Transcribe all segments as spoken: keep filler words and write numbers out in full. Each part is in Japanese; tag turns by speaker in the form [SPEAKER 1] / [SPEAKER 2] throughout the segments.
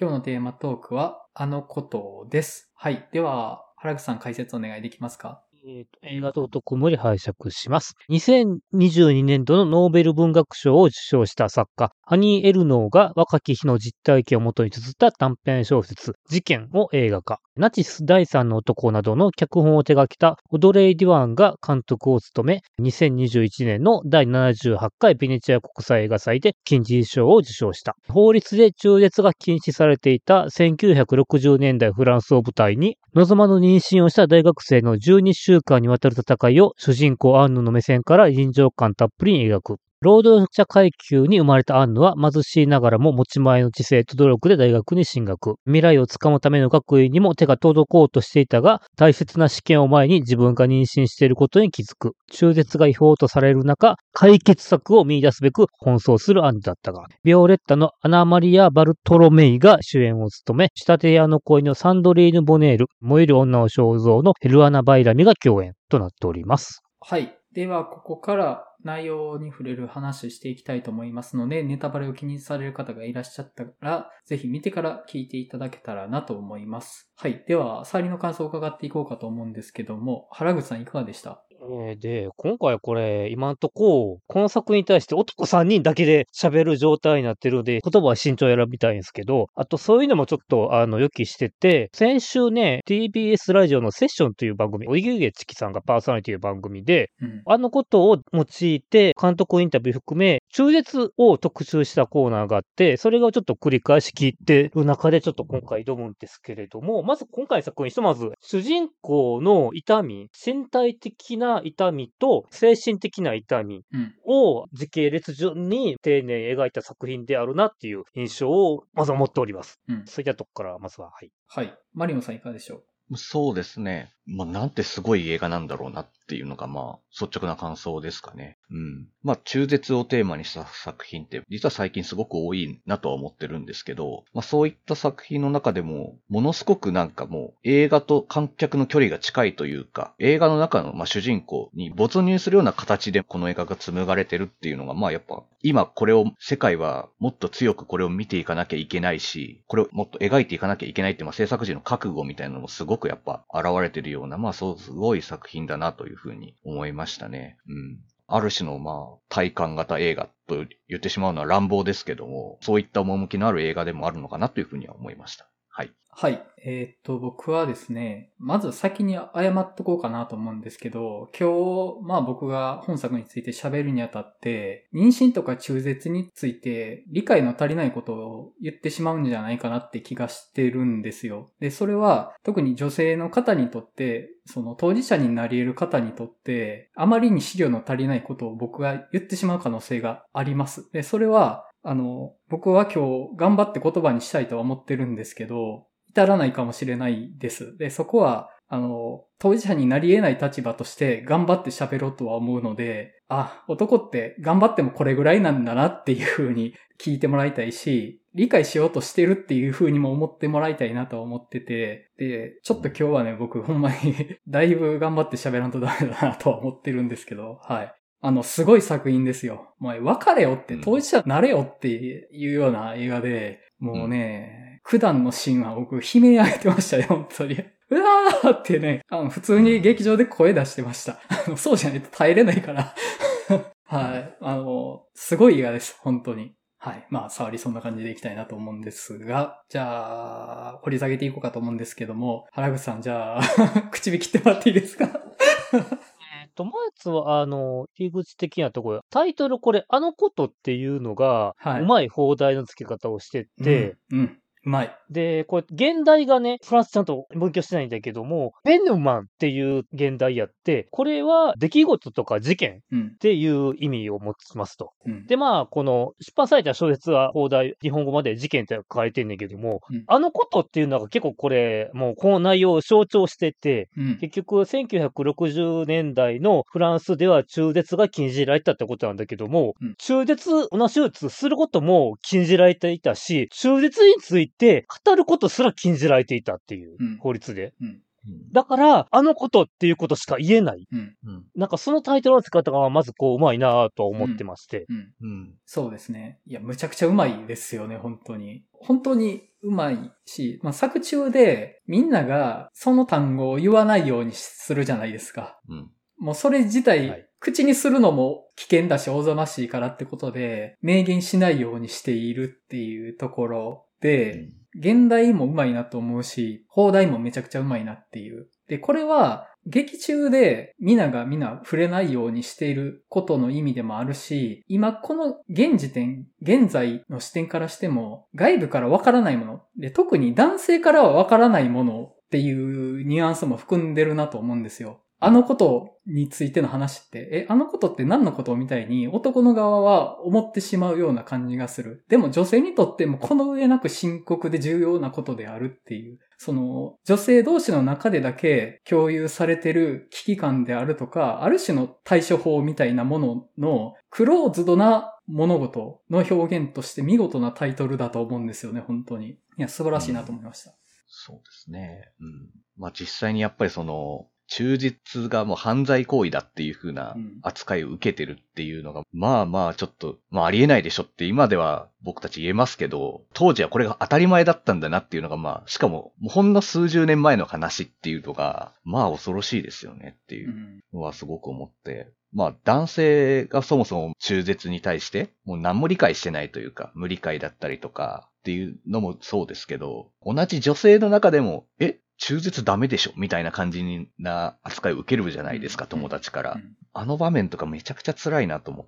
[SPEAKER 1] 今日のテーマトークは、あのことです。はい。では、原口さん解説お願いできますか？
[SPEAKER 2] えーと、映画とともに拝借します。にせんにじゅうにねんどのノーベル文学賞を受賞した作家、ハニー・エルノーが若き日の実体験をもとに綴った短編小説、事件を映画化。ナチス第三の男などの脚本を手掛けたオドレイ・デュワンが監督を務め、にせんにじゅういちねんのだいななじゅうはちかいベネチア国際映画祭で金獅子賞を受賞した。法律で中絶が禁止されていたせんきゅうひゃくろくじゅうねんだいフランスを舞台に、望まぬ妊娠をした大学生のじゅうにしゅうかんにわたる戦いを主人公アンヌの目線から臨場感たっぷりに描く。労働者階級に生まれたアンヌは貧しいながらも持ち前の知性と努力で大学に進学。未来をつかむための学位にも手が届こうとしていたが、大切な試験を前に自分が妊娠していることに気づく。中絶が違法とされる中、解決策を見出すべく奔走するアンヌだったが、ビオレッタのアナマリア・バルトロメイが主演を務め、仕立て屋の恋のサンドリーヌ・ボネール、燃える女を肖像のヘルアナ・バイラミが共演となっております。
[SPEAKER 1] はい。では、ここから内容に触れる話していきたいと思いますので、ネタバレを気にされる方がいらっしゃったら、ぜひ見てから聞いていただけたらなと思います。はい。では、触りの感想を伺っていこうかと思うんですけども、原口さんいかがでした？
[SPEAKER 2] えーで、今回これ、今んとこ、この作品に対して男さんにんだけで喋る状態になってるので、言葉は慎重に選びたいんですけど、あとそういうのもちょっと、あの、予期してて、先週ね、ティービーエス ラジオのセッションという番組、おいげげちきさんがパーソナリティの番組で、
[SPEAKER 1] うん。
[SPEAKER 2] あのことを用いて、監督インタビュー含め、中絶を特集したコーナーがあって、それがちょっと繰り返し聞いてる中で、ちょっと今回挑むんですけれども、まず今回の作品、ひとまず、主人公の痛み、身体的な痛みと精神的な痛み
[SPEAKER 1] うん。
[SPEAKER 2] を時系列順に丁寧に描いた作品であるなっていう印象をまず持っております。
[SPEAKER 1] うん。
[SPEAKER 2] そういったとこからまずは、はい。
[SPEAKER 1] はい。マリオさんいかがでしょう？
[SPEAKER 3] そうですね。まあ、なんてすごい映画なんだろうなっていうのが、まあ、率直な感想ですかね。うん。まあ、中絶をテーマにした作品って、実は最近すごく多いなとは思ってるんですけど、まあ、そういった作品の中でも、ものすごくなんかもう、映画と観客の距離が近いというか、映画の中の、まあ、主人公に没入するような形でこの映画が紡がれてるっていうのが、まあ、やっぱ、今これを、世界はもっと強くこれを見ていかなきゃいけないし、これをもっと描いていかなきゃいけないっていう、まあ、制作時の覚悟みたいなのもすごくやっぱ現れてるような、まあ、そう、すごい作品だなというふうに思いましたね。うん。ある種の、まあ、体感型映画と言ってしまうのは乱暴ですけども、そういった趣のある映画でもあるのかなというふうには思いました。はい。
[SPEAKER 1] はい。えーっと、僕はですね、まず先に謝っとこうかなと思うんですけど、今日、まあ僕が本作について喋るにあたって、妊娠とか中絶について理解の足りないことを言ってしまうんじゃないかなって気がしてるんですよ。で、それは特に女性の方にとって、その当事者になり得る方にとって、あまりに資料の足りないことを僕が言ってしまう可能性があります。で、それは、あの、僕は今日頑張って言葉にしたいとは思ってるんですけど、至らないかもしれないです。で、そこは、あの、当事者になり得ない立場として頑張って喋ろうとは思うので、あ、男って頑張ってもこれぐらいなんだなっていう風に聞いてもらいたいし、理解しようとしてるっていう風にも思ってもらいたいなとは思ってて、で、ちょっと今日はね、僕ほんまにだいぶ頑張って喋らんとダメだなとは思ってるんですけど、はい。あの、すごい作品ですよ。もう別れよって、当事者なれよっていうような映画で、もうね、九段のシーンは僕悲鳴上げてましたよ、本当に。うわーってね、あの、普通に劇場で声出してました。あの、そうじゃないと耐えれないから。はい。あの、すごい映画です、本当に。はい。まあ、触りそんな感じでいきたいなと思うんですが、じゃあ、掘り下げていこうかと思うんですけども、原口さん、じゃあ、口火切ってもらっていいですか？
[SPEAKER 2] えっと、まずは、あの、入り口的なところ、タイトルこれ、あのことっていうのが、
[SPEAKER 1] はい。
[SPEAKER 2] うまい放題の付け方をして
[SPEAKER 1] う
[SPEAKER 2] て、
[SPEAKER 1] ん、うん。うまい。
[SPEAKER 2] で、これ、現代がね、フランスちゃんと勉強してないんだけども、ベヌマンっていう現代やって、これは出来事とか事件っ
[SPEAKER 1] うん、
[SPEAKER 2] ていう意味を持ちますと。
[SPEAKER 1] うん、
[SPEAKER 2] で、まあ、この出版された小説は放題、日本語まで事件って書かれてんねんけども、
[SPEAKER 1] うん、
[SPEAKER 2] あのことっていうのが結構これ、もうこの内容を象徴してて、
[SPEAKER 1] うん、
[SPEAKER 2] 結局せんきゅうひゃくろくじゅうねんだいのフランスでは中絶が禁じられたってことなんだけども、
[SPEAKER 1] うん、
[SPEAKER 2] 中絶、同じ手術することも禁じられていたし、中絶について語ることすら禁じられていたっていう
[SPEAKER 1] うん、
[SPEAKER 2] 法律で。
[SPEAKER 1] うん。
[SPEAKER 2] だから、あのことっていうことしか言えない。
[SPEAKER 1] うん。
[SPEAKER 2] なんかそのタイトルの付け方がまずこう、うまいなと思ってまして。
[SPEAKER 1] うん。うん。うん。そうですね。いや、むちゃくちゃうまいですよね、本当に。本当にうまいし、まあ、作中でみんながその単語を言わないようにするじゃないですか。うん。もうそれ自体、はい、口にするのも危険だし、おぞましいからってことで、明言しないようにしているっていうところで、うん現代もうまいなと思うし、放題もめちゃくちゃうまいなっていう。で、これは、劇中で皆が皆触れないようにしていることの意味でもあるし、今この現時点、現在の視点からしても、外部からわからないもの、で、特に男性からはわからないものっていうニュアンスも含んでるなと思うんですよ。あのことについての話って、え、あのことって何のことみたいに男の側は思ってしまうような感じがする。でも女性にとってもこの上なく深刻で重要なことであるっていう、その女性同士の中でだけ共有されてる危機感であるとか、ある種の対処法みたいなもののクローズドな物事の表現として見事なタイトルだと思うんですよね、本当に。いや、素晴らしいなと思いました。うん、
[SPEAKER 3] そうですね。うん。まあ実際にやっぱりその、忠実がもう犯罪行為だっていう風な扱いを受けてるっていうのが、うん、まあまあちょっと、まあありえないでしょって今では僕たち言えますけど、当時はこれが当たり前だったんだなっていうのがまあ、しかももうほんの数十年前の話っていうのが、まあ恐ろしいですよねっていうのはすごく思って、まあ男性がそもそも中絶に対してもう何も理解してないというか、無理解だったりとかっていうのもそうですけど、同じ女性の中でも、え中絶ダメでしょみたいな感じな扱いを受けるじゃないですか、友達から。うんうん、あの場面とかめちゃくちゃ辛いなと思って。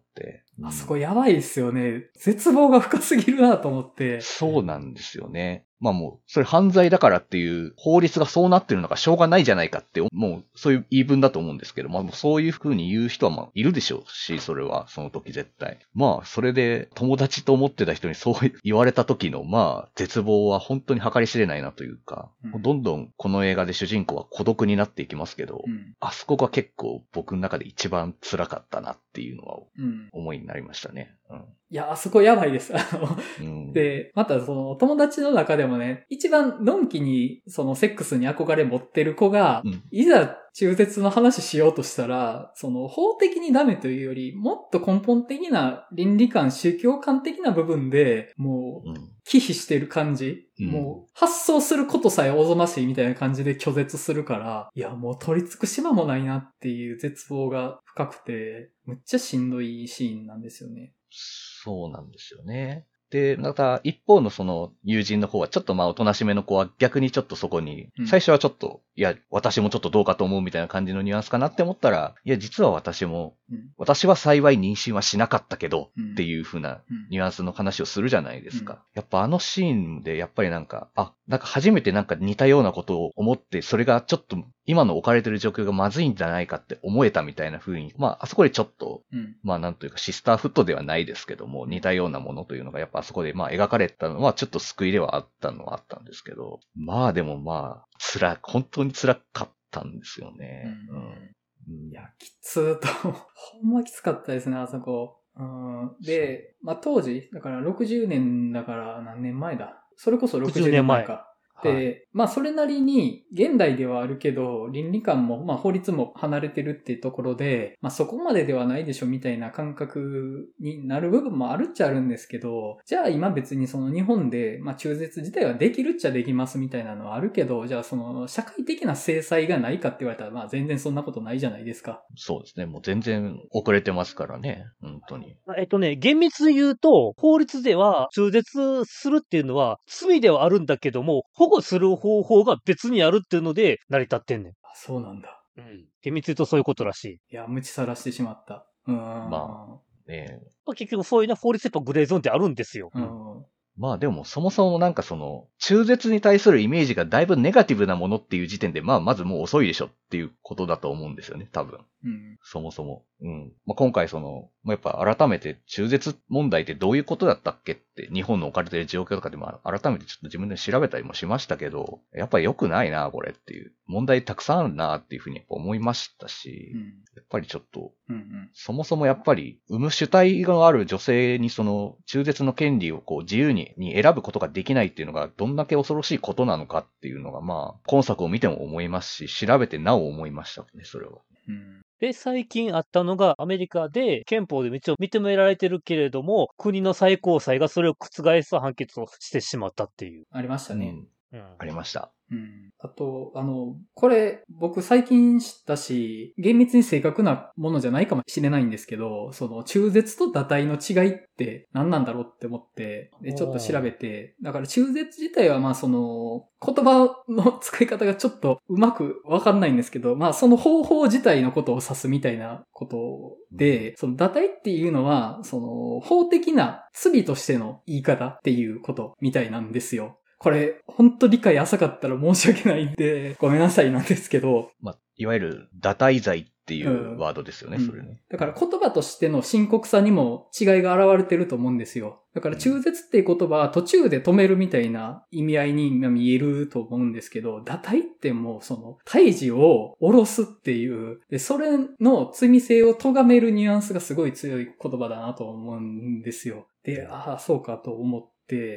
[SPEAKER 1] あそこやばいですよね。絶望が深すぎるなと思って。
[SPEAKER 3] そうなんですよね。まあもう、それ犯罪だからっていう法律がそうなってるのがしょうがないじゃないかって、もうそういう言い分だと思うんですけど、まあそういう風に言う人はまあいるでしょうし、それは、その時絶対。まあそれで友達と思ってた人にそう言われた時のまあ絶望は本当に計り知れないなというか、うん、どんどんこの映画で主人公は孤独になっていきますけど、うん、あそこが結構僕の中で一番辛かったなっていうのは思いになりましたね。うん、
[SPEAKER 1] いや、あそこやばいです。あの、うん、で、またその友達の中でもね、一番のんきにそのセックスに憧れ持ってる子が、うん、いざ中絶の話しようとしたら、その法的にダメというより、もっと根本的な倫理観、宗教観的な部分で、もう、忌避してる感じ、うん、もう、発想することさえおぞましいみたいな感じで拒絶するから、いや、もう取り付く島もないなっていう絶望が深くて、むっちゃしんどいシーンなんですよね。
[SPEAKER 3] そうなんですよね。で、また一方のその友人の方はちょっとまあおとなしめの子は逆にちょっとそこに、最初はちょっと、いや、私もちょっとどうかと思うみたいな感じのニュアンスかなって思ったら、いや、実は私も、私は幸い妊娠はしなかったけどっていう風なニュアンスの話をするじゃないですか。やっぱあのシーンでやっぱりなんか、あ、なんか初めてなんか似たようなことを思って、それがちょっと今の置かれてる状況がまずいんじゃないかって思えたみたいな風に、まああそこでちょっと、うん、まあなんというかシスターフットではないですけども、似たようなものというのがやっぱあそこでまあ描かれたのはちょっと救いではあったのはあったんですけど、まあでもまあ、辛、本当に辛かったんですよね。うん
[SPEAKER 1] うん、いや、きつーと、ほんまきつかったですね、あそこ。うん、で、まあ当時、だからろくじゅうねんだから何年前だ。それこそろくじゅうねんまえか。で、はい、まあそれなりに現代ではあるけど倫理観もまあ法律も離れてるっていうところで、まあそこまでではないでしょみたいな感覚になる部分もあるっちゃあるんですけど、じゃあ今別にその日本でまあ中絶自体はできるっちゃできますみたいなのはあるけど、じゃあその社会的な制裁がないかって言われたらまあ全然そんなことないじゃないですか。
[SPEAKER 3] そうですね。もう全然遅れてますからね。本当に。
[SPEAKER 2] えっとね、厳密に言うと法律では中絶するっていうのは罪ではあるんだけども、保護する方法が別にあるっていうので成り立ってんねん。
[SPEAKER 1] あ、そうなんだ。
[SPEAKER 2] うん。厳密に言うとそういうことらしい。
[SPEAKER 1] いや、無知さらしてしまった。うん。ま
[SPEAKER 2] あ、ねえ。結局そういうな法律やっぱグレーゾーンってあるんですよ。
[SPEAKER 3] うん。まあでもそもそもなんかその中絶に対するイメージがだいぶネガティブなものっていう時点でまあまずもう遅いでしょっっていうことだと思うんですよね、多分。
[SPEAKER 1] うん。
[SPEAKER 3] そもそも。うん。まあ、今回その、まあ、やっぱ改めて中絶問題ってどういうことだったっけって日本の置かれている状況とかでも改めてちょっと自分で調べたりもしましたけど、やっぱり良くないな、これっていう。問題たくさんあるなっていうふうにやっぱ思いましたし、
[SPEAKER 1] うん、
[SPEAKER 3] やっぱりちょっと、
[SPEAKER 1] うんうん、
[SPEAKER 3] そもそもやっぱり産む主体がある女性にその中絶の権利をこう自由にに選ぶことができないっていうのがどんだけ恐ろしいことなのかっていうのがまあ今作を見ても思いますし、調べてなお思いましたね、それは。
[SPEAKER 1] うん
[SPEAKER 2] で、最近あったのが、アメリカで憲法で一応認められてるけれども、国の最高裁がそれを覆す判決をしてしまったっていう。
[SPEAKER 1] ありましたね。
[SPEAKER 3] うん、
[SPEAKER 2] うん、
[SPEAKER 3] ありました。
[SPEAKER 1] うん。あと、あの、これ、僕最近知ったし、厳密に正確なものじゃないかもしれないんですけど、その、中絶と堕胎の違いって何なんだろうって思って、で、ちょっと調べて、だから中絶自体はまあその、言葉の使い方がちょっとうまくわかんないんですけど、まあその方法自体のことを指すみたいなことで、その堕胎っていうのは、その、法的な罪としての言い方っていうことみたいなんですよ。これ、ほんと理解浅かったら申し訳ないんで、ごめんなさいなんですけど。
[SPEAKER 3] まあ、いわゆる、堕胎罪っていうワードですよね、
[SPEAKER 1] うん、
[SPEAKER 3] それね。
[SPEAKER 1] だから言葉としての深刻さにも違いが現れてると思うんですよ。だから中絶っていう言葉は途中で止めるみたいな意味合いに見えると思うんですけど、堕胎ってもうその、胎児を下ろすっていう、で、それの罪性を咎めるニュアンスがすごい強い言葉だなと思うんですよ。で、ああ、そうかと思って、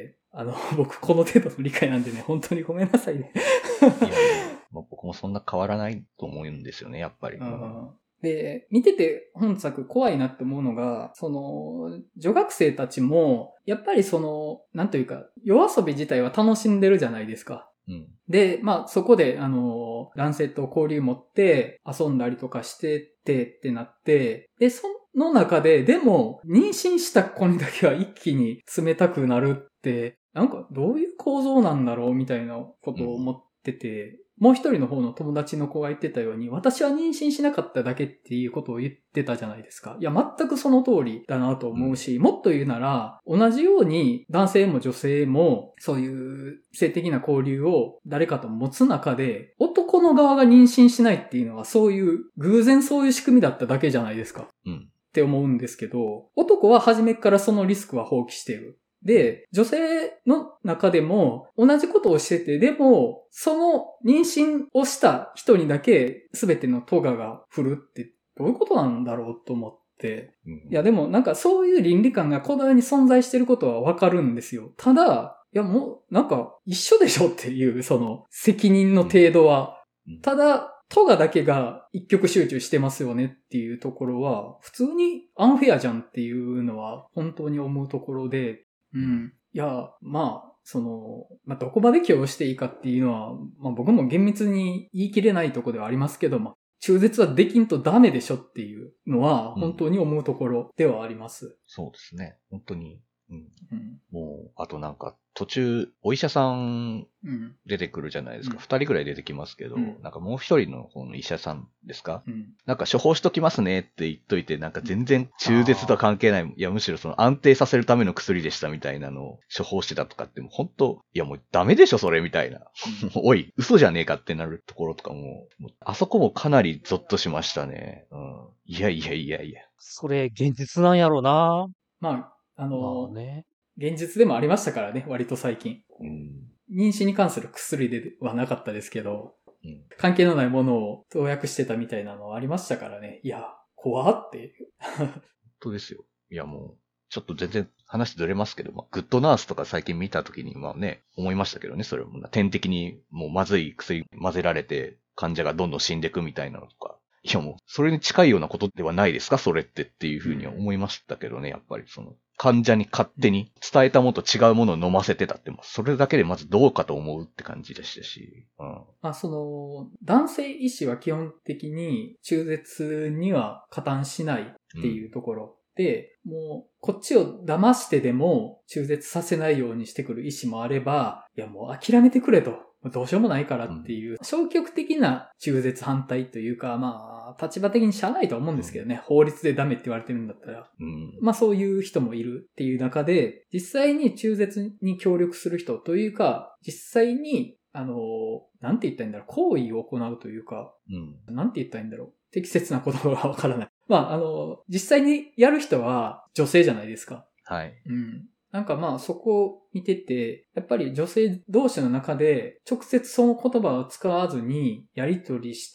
[SPEAKER 1] あの、僕この程度の理解なんでね、本当にごめんなさいね。
[SPEAKER 3] いやいや、まあ、僕もそんな変わらないと思うんですよね、やっぱり。
[SPEAKER 1] うんで、見てて本作怖いなって思うのが、その、女学生たちも、やっぱりその、なんというか、夜遊び自体は楽しんでるじゃないですか。
[SPEAKER 3] うん、
[SPEAKER 1] で、まあそこで、あの、男性と交流持って遊んだりとかしてってってなって、で、その中で、でも、妊娠した子にだけは一気に冷たくなるって、なんかどういう構造なんだろうみたいなことを思ってて、うん、もう一人の方の友達の子が言ってたように、私は妊娠しなかっただけっていうことを言ってたじゃないですか。いや、全くその通りだなと思うし、うん、もっと言うなら、同じように男性も女性も、そういう性的な交流を誰かと持つ中で、男の側が妊娠しないっていうのは、そういう、偶然そういう仕組みだっただけじゃないですか。
[SPEAKER 3] うん、
[SPEAKER 1] って思うんですけど、男は初めからそのリスクは放棄している。で、女性の中でも同じことをしてて、でも、その妊娠をした人にだけ全ての咎が降るってどういうことなんだろうと思って。いや、でもなんかそういう倫理観がこの世に存在してることはわかるんですよ。ただ、いやもうなんか一緒でしょっていうその責任の程度は。ただ、トガだけが一極集中してますよねっていうところは、普通にアンフェアじゃんっていうのは本当に思うところで、うん。いや、まあ、その、まあ、どこまで許容していいかっていうのは、まあ僕も厳密に言い切れないところではありますけど、まあ、中絶はできんとダメでしょっていうのは、本当に思うところではあります。うん、
[SPEAKER 3] そうですね。本当に。うん。
[SPEAKER 1] うん、
[SPEAKER 3] もう、あとなんか、途中、お医者さん出てくるじゃないですか。二、うん、人ぐらい出てきますけど、うん、なんかもう一人の方の医者さんですか、うん、なんか処方しときますねって言っといて、なんか全然中絶とは関係ない。いや、むしろその安定させるための薬でしたみたいなのを処方してたとかって、もう本当、いやもうダメでしょ、それみたいな。おい、嘘じゃねえかってなるところとかも、もうあそこもかなりゾッとしましたね。うん、いやいやいやいや。
[SPEAKER 2] それ、現実なんやろな。
[SPEAKER 1] まあ、あの、
[SPEAKER 2] まあね。
[SPEAKER 1] 現実でもありましたからね、割と最近。
[SPEAKER 3] うん、
[SPEAKER 1] 妊娠に関する薬ではなかったですけど、
[SPEAKER 3] うん、
[SPEAKER 1] 関係のないものを投薬してたみたいなのはありましたからね。いや、怖っていう。
[SPEAKER 3] 本当ですよ。いやもう、ちょっと全然話ずれますけど、まあ、グッドナースとか最近見たときに、まあね、思いましたけどね、それも。点滴にもうまずい薬混ぜられて、患者がどんどん死んでいくみたいなのとか。いやもう、それに近いようなことではないですかそれってっていうふうに思いましたけどね、やっぱりその、患者に勝手に伝えたものと違うものを飲ませてたって、それだけでまずどうかと思うって感じでしたし。うん、
[SPEAKER 1] まあその、男性医師は基本的に中絶には加担しないっていうところ。うんで、もう、こっちを騙してでも中絶させないようにしてくる医師もあれば、いやもう諦めてくれと。どうしようもないからっていう、うん、消極的な中絶反対というか、まあ、立場的にしゃあないとは思うんですけどね、うん、法律でダメって言われてるんだったら。うん、まあそういう人もいるっていう中で、実際に中絶に協力する人というか、実際にあの、なんて言ったらいいんだろう、行為を行うというか、
[SPEAKER 3] うん。
[SPEAKER 1] なんて言ったらいいんだろう。適切な言葉がわからない。まあ、あの、実際にやる人は女性じゃないですか。
[SPEAKER 3] はい。
[SPEAKER 1] うん。なんかまあそこを見てて、やっぱり女性同士の中で直接その言葉を使わずにやり取りして、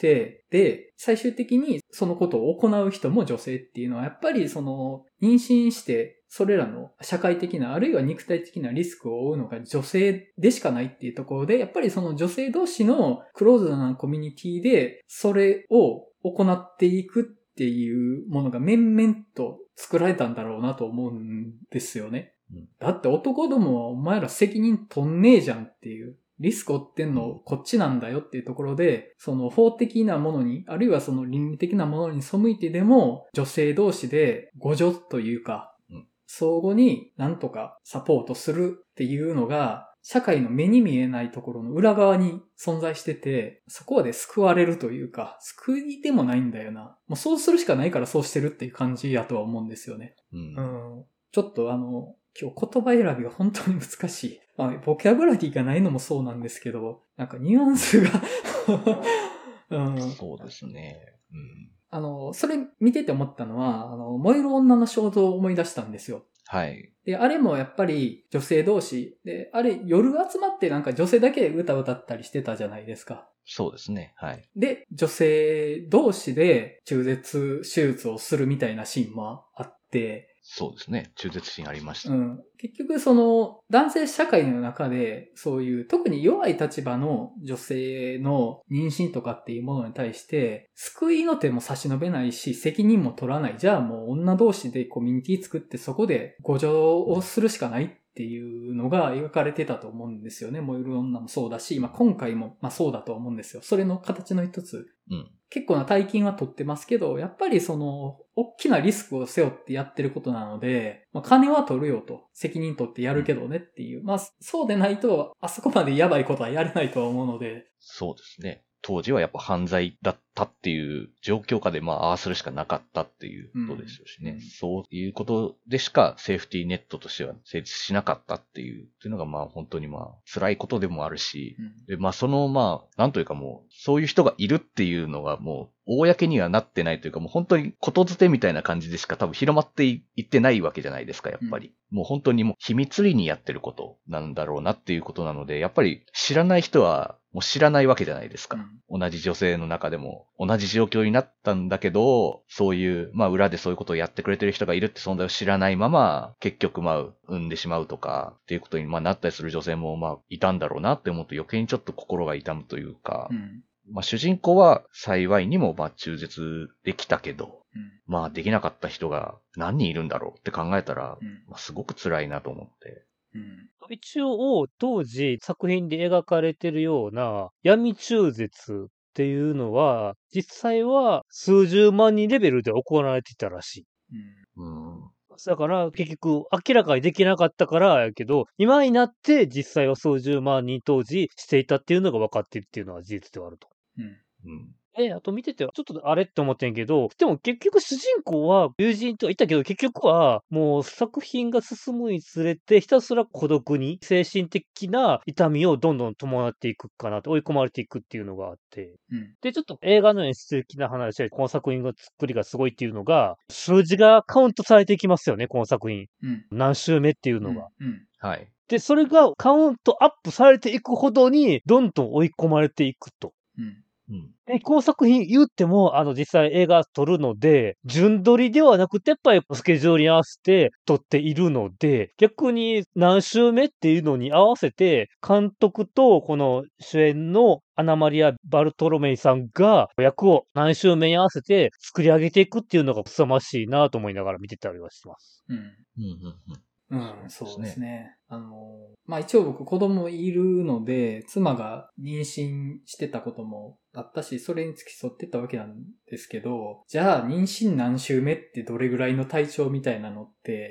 [SPEAKER 1] で、最終的にそのことを行う人も女性っていうのはやっぱりその妊娠してそれらの社会的なあるいは肉体的なリスクを負うのが女性でしかないっていうところで、やっぱりその女性同士のクローズドなコミュニティでそれを行っていくっていうものが面々と作られたんだろうなと思うんですよね。だって男どもはお前ら責任取んねえじゃんっていう。リスク負ってんのこっちなんだよっていうところで、その法的なものに、あるいはその倫理的なものに背いてでも、女性同士で互助というか、相互になんとかサポートするっていうのが、社会の目に見えないところの裏側に存在してて、そこで救われるというか、救いでもないんだよな。もうそうするしかないからそうしてるっていう感じやとは思うんですよね。
[SPEAKER 3] うん。
[SPEAKER 1] うん、ちょっとあの、今日言葉選びが本当に難しい。まあ、ボキャブラリーがないのもそうなんですけど、なんかニュアンスが、うん、
[SPEAKER 3] そうですね。うん。
[SPEAKER 1] あの、それ見てて思ったのは、あの、燃える女の肖像を思い出したんですよ。
[SPEAKER 3] はい。
[SPEAKER 1] で、あれもやっぱり女性同士で、あれ夜集まってなんか女性だけで歌歌ったりしてたじゃないですか。
[SPEAKER 3] そうですね。はい。
[SPEAKER 1] で、女性同士で中絶手術をするみたいなシーンもあって、
[SPEAKER 3] そうですね。中絶シーンありました。
[SPEAKER 1] うん。結局その男性社会の中でそういう特に弱い立場の女性の妊娠とかっていうものに対して救いの手も差し伸べないし責任も取らない。じゃあもう女同士でコミュニティ作ってそこで互助をするしかないっていうのが描かれてたと思うんですよね。燃える女もそうだし、まあ、今回もまあそうだと思うんですよ。それの形の一つ。
[SPEAKER 3] うん。
[SPEAKER 1] 結構な大金は取ってますけど、やっぱりその、大きなリスクを背負ってやってることなので、まあ、金は取るよと。責任取ってやるけどねっていう。まあ、そうでないと、あそこまでやばいことはやれないとは思うので。
[SPEAKER 3] そうですね。当時はやっぱ犯罪だったっていう状況下でまあああするしかなかったっていうことですよしね。
[SPEAKER 1] うんうん、
[SPEAKER 3] そういうことでしかセーフティーネットとしては成立しなかったっていう、っていうのがまあ本当にまあ辛いことでもあるし、うん、でまあそのまあなんというかもうそういう人がいるっていうのがもう公にはなってないというかもう本当にことづてみたいな感じでしか多分広まっていってないわけじゃないですか、やっぱり。うん、もう本当にもう秘密裏にやってることなんだろうなっていうことなので、やっぱり知らない人はもう知らないわけじゃないですか。うん、同じ女性の中でも同じ状況になったんだけど、そういう、まあ裏でそういうことをやってくれてる人がいるって存在を知らないまま、結局まあ産んでしまうとかっていうことにまあなったりする女性もまあいたんだろうなって思うと余計にちょっと心が痛むというか、うん、まあ主人公は幸いにもまあ中絶できたけど、うん、まあできなかった人が何人いるんだろうって考えたら、うん、まあ、すごく辛いなと思って。
[SPEAKER 2] うん、一応、当時作品で描かれてるような闇中絶っていうのは、実際は数十万人レベルで行われていたらしい。うんうん、だから結局明らかにできなかったからやけど、今になって実際は数十万人当時していたっていうのが分かっているっていうのは事実ではあると。うんうんえ、あと見てて、ちょっとあれって思ってんけど、でも結局主人公は友人とは言ったけど、結局はもう作品が進むにつれて、ひたすら孤独に精神的な痛みをどんどん伴っていくかなと、追い込まれていくっていうのがあって。うん、で、ちょっと映画の演出的な話で、この作品の作りがすごいっていうのが、数字がカウントされていきますよね、この作品。うん、何週目っていうのが。
[SPEAKER 3] うんうん、はい。
[SPEAKER 2] で、それがカウントアップされていくほどに、どんどん追い込まれていくと。うんうん、で、この作品言っても、あの、実際映画撮るので、順撮りではなくて、やっぱりスケジュールに合わせて撮っているので、逆に何週目っていうのに合わせて、監督とこの主演のアナマリア・バルトロメイさんが役を何週目に合わせて作り上げていくっていうのが凄ましいなと思いながら見てたりはします。うん。うん
[SPEAKER 1] うんうんうん、そうですね。あの、まあ、一応僕子供いるので、妻が妊娠してたこともあったし、それに付き添ってたわけなんですけど、じゃあ妊娠何週目ってどれぐらいの体調みたいなのって、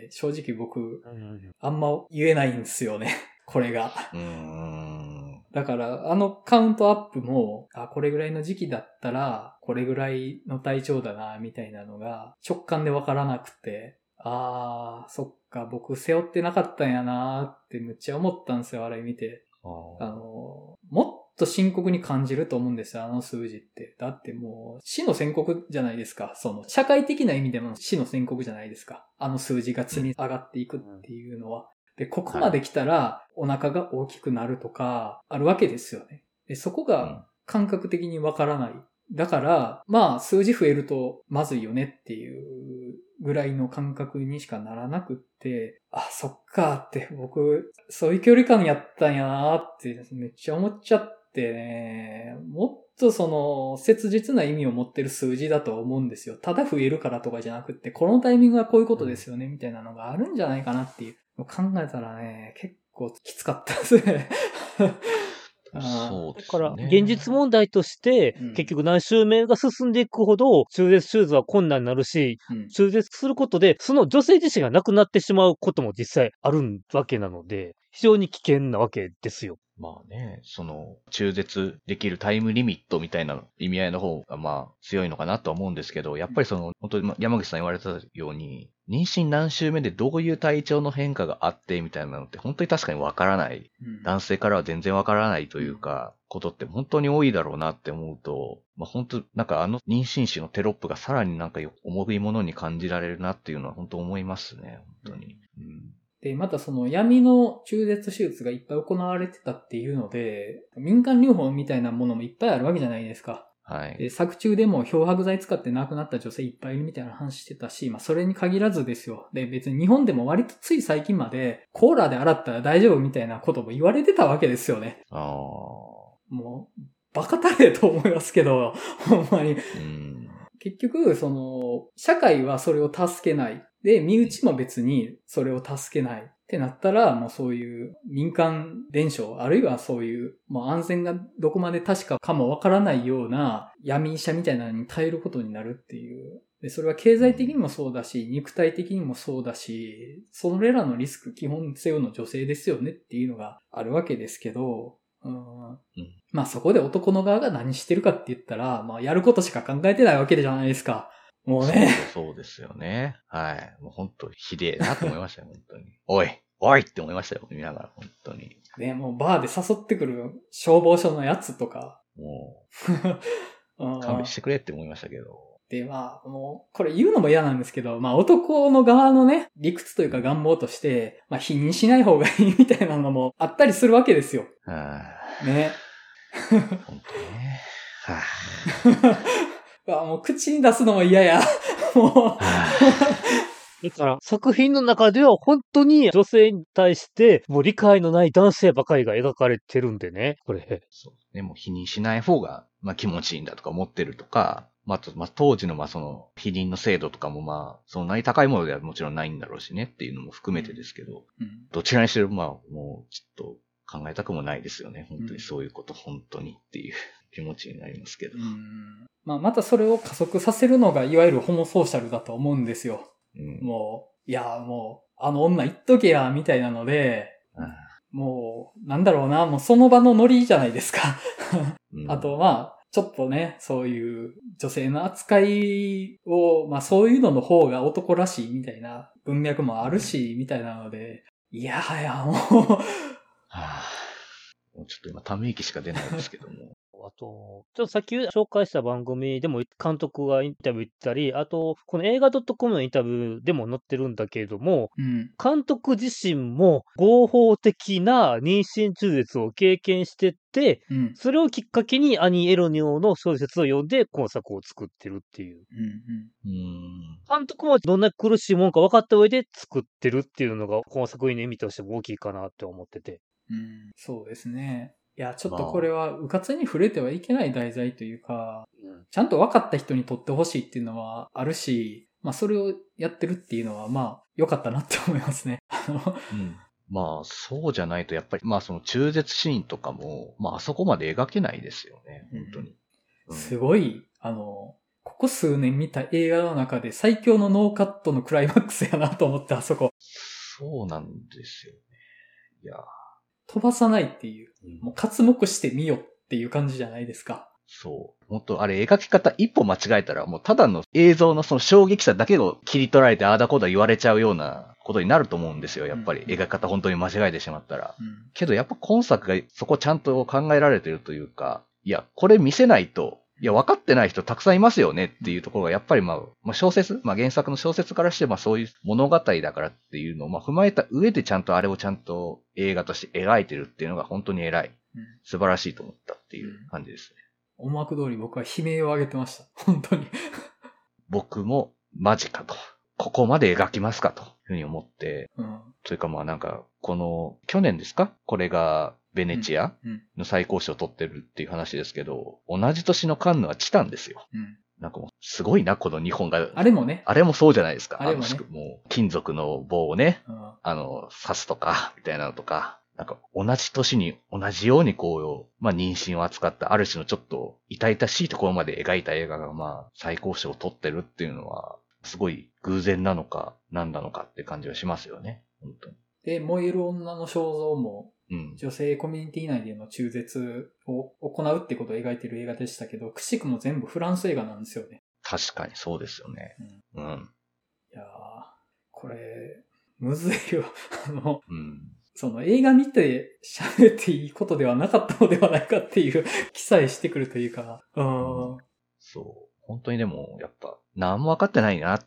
[SPEAKER 1] 正直僕、あんま言えないんですよね。これが。うーんだから、あのカウントアップも、あ、これぐらいの時期だったら、これぐらいの体調だな、みたいなのが直感でわからなくて、あー、そっか、僕背負ってなかったんやなーってむっちゃ思ったんですよ、あれ見て。あの、もっと深刻に感じると思うんですよ、あの数字って。だってもう、死の宣告じゃないですか。その、社会的な意味でも死の宣告じゃないですか。あの数字が積み上がっていくっていうのは。で、ここまで来たら、お腹が大きくなるとか、あるわけですよね。で、そこが感覚的にわからない。だから、まあ、数字増えるとまずいよねっていうぐらいの感覚にしかならなくって、あ、そっかって僕、そういう距離感やったんやなってめっちゃ思っちゃってね、もっとその切実な意味を持ってる数字だと思うんですよ。ただ増えるからとかじゃなくって、このタイミングはこういうことですよね、みたいなのがあるんじゃないかなっていうのを考えたらね、結構きつかったですね。
[SPEAKER 3] そうですね。
[SPEAKER 2] だから、現実問題として、うん、結局何周目が進んでいくほど、中絶手術は困難になるし、うん、中絶することで、その女性自身が亡くなってしまうことも実際あるわけなので、非常に危険なわけですよ。
[SPEAKER 3] まあね、その、中絶できるタイムリミットみたいな意味合いの方がまあ強いのかなとは思うんですけど、やっぱりその、本当に山口さん言われたように、妊娠何週目でどういう体調の変化があってみたいなのって本当に確かにわからない。うん、男性からは全然わからないというか、ことって本当に多いだろうなって思うと、まあ本当、なんかあの妊娠種のテロップがさらになんか重いものに感じられるなっていうのは本当思いますね、本当に。うん
[SPEAKER 1] で、またその闇の中絶手術がいっぱい行われてたっていうので、民間療法みたいなものもいっぱいあるわけじゃないですか。
[SPEAKER 3] はい。
[SPEAKER 1] で、作中でも漂白剤使って亡くなった女性いっぱいいるみたいな話してたし、まあそれに限らずですよ。で、別に日本でも割とつい最近までコーラで洗ったら大丈夫みたいなことも言われてたわけですよね。
[SPEAKER 3] ああ。
[SPEAKER 1] もう、バカたれと思いますけど、ほんまに。
[SPEAKER 3] うん
[SPEAKER 1] 結局、その、社会はそれを助けない。で、身内も別にそれを助けない。ってなったら、もうそういう民間伝承、あるいはそういう、もう安全がどこまで確かかもわからないような闇医者みたいなのに頼ることになるっていう。で、それは経済的にもそうだし、肉体的にもそうだし、それらのリスク基本背負うの女性ですよねっていうのがあるわけですけど、うんうん、まあそこで男の側が何してるかって言ったら、まあやることしか考えてないわけじゃないですか。もうね。
[SPEAKER 3] そうそうですよね。はい。もう本当ひでえなと思いましたよ、本当に。おいおいって思いましたよ、見ながら、本当に。
[SPEAKER 1] ね、もうバーで誘ってくる消防署のやつとか。
[SPEAKER 3] もう、勘弁してくれって思いましたけど。
[SPEAKER 1] で、まあ、もう、これ言うのも嫌なんですけど、まあ男の側のね、理屈というか願望として、まあ否認しない方がいいみたいなのもあったりするわけですよ。
[SPEAKER 3] は
[SPEAKER 1] あ、ね。
[SPEAKER 3] 本当ね。は
[SPEAKER 1] あ、もう口に出すのも嫌や。もう。
[SPEAKER 2] だから、作品の中では本当に女性に対してもう理解のない男性ばかりが描かれてるんでね、これ。
[SPEAKER 3] そうね、もう否認しない方が、まあ気持ちいいんだとか思ってるとか、まあ、とまあ、当時のまあその否認の制度とかもまあ、そんなに高いものではもちろんないんだろうしねっていうのも含めてですけど、うん、どちらにしてもまあ、もうちょっと考えたくもないですよね。本当にそういうこと、本当にっていう気持ちになりますけど。
[SPEAKER 1] うんまあ、またそれを加速させるのがいわゆるホモソーシャルだと思うんですよ。うん、もう、いや、もう、あの女言っとけや、みたいなので、うん、もう、なんだろうな、もうその場のノリじゃないですか。うん、あと、まあ、ちょっとね、そういう女性の扱いを、まあそういうのの方が男らしいみたいな文脈もあるし、みたいなので、いやはや、もう。は
[SPEAKER 3] あ、もうちょっと今、ため息しか出ないんですけども。
[SPEAKER 2] あと、ちょっとさっき紹介した番組でも監督がインタビュー言ったり、あと、この映画 .com のインタビューでも載ってるんだけれども、うん、監督自身も合法的な妊娠中絶を経験してて、うん、それをきっかけにアニー・エロニオの小説を読んで今作を作ってるっていう。うんうん、監督もどんな苦しいもんか分かった上で作ってるっていうのが、この作品の意味としても大きいかなって思ってて。
[SPEAKER 1] うん、そうですね。いや、ちょっとこれは、うかつに触れてはいけない題材というか、うん、ちゃんと分かった人にとってほしいっていうのはあるし、まあそれをやってるっていうのは、まあ良かったなって思いますね。
[SPEAKER 3] うん、まあそうじゃないと、やっぱり、まあその中絶シーンとかも、まああそこまで描けないですよね、本当に。
[SPEAKER 1] うん、すごい、あの、ここ数年見た映画の中で最強のノーカットのクライマックスやなと思って、あそこ。
[SPEAKER 3] そうなんですよね。いや
[SPEAKER 1] 飛ばさないっていう、うん、もう刮目してみよっていう感じじゃないですか。
[SPEAKER 3] そう。もっとあれ描き方一歩間違えたらもうただの映像のその衝撃さだけを切り取られてああだこうだ言われちゃうようなこことになると思うんですよ。やっぱり
[SPEAKER 1] うん
[SPEAKER 3] 描き方本当に間違えてしまったら。
[SPEAKER 1] うん
[SPEAKER 3] けどやっぱ今作がそこちゃんと考えられてるというか、いや、これ見せないと、いや、分かってない人たくさんいますよねっていうところが、やっぱりまあ、まあ、小説、まあ原作の小説からして、まあそういう物語だからっていうのを、まあ踏まえた上でちゃんとあれをちゃんと映画として描いてるっていうのが本当に偉い。
[SPEAKER 1] うん
[SPEAKER 3] 素晴らしいと思ったっていう感じですね。
[SPEAKER 1] 思惑通り僕は悲鳴を上げてました。本当に。
[SPEAKER 3] 僕もマジかと。ここまで描きますかというふうに思って、
[SPEAKER 1] うん。
[SPEAKER 3] というかまあなんか、この、去年ですかこれがベネチア
[SPEAKER 1] うん。
[SPEAKER 3] の最高賞を取ってるっていう話ですけど、同じ年のカンヌはチタンですよ。
[SPEAKER 1] うん。
[SPEAKER 3] なんかもう、すごいな、この日本が。
[SPEAKER 1] あれもね。
[SPEAKER 3] あれもそうじゃないですか。
[SPEAKER 1] あれもね
[SPEAKER 3] のもう、金属の棒をね、
[SPEAKER 1] うん。
[SPEAKER 3] あの、刺すとか、みたいなのとか、なんか同じ年に同じようにこう、まあ妊娠を扱ったある種のちょっと痛々しいところまで描いた映画がまあ最高賞を取ってるっていうのは、すごい偶然なのか何なのかって感じはしますよね。本当に。
[SPEAKER 1] で、燃える女の肖像も、
[SPEAKER 3] うん。
[SPEAKER 1] 女性コミュニティ内での中絶を行うってことを描いてる映画でしたけど、くしくも全部フランス映画なんですよね。
[SPEAKER 3] 確かにそうですよね。
[SPEAKER 1] うん。
[SPEAKER 3] うん。
[SPEAKER 1] いやー、これ、むずいよ。あの、
[SPEAKER 3] うん。
[SPEAKER 1] その映画見て喋っていいことではなかったのではないかっていう記載してくるというか、うん。
[SPEAKER 3] そう。本当にでも、やっぱ、何も分かってないなって、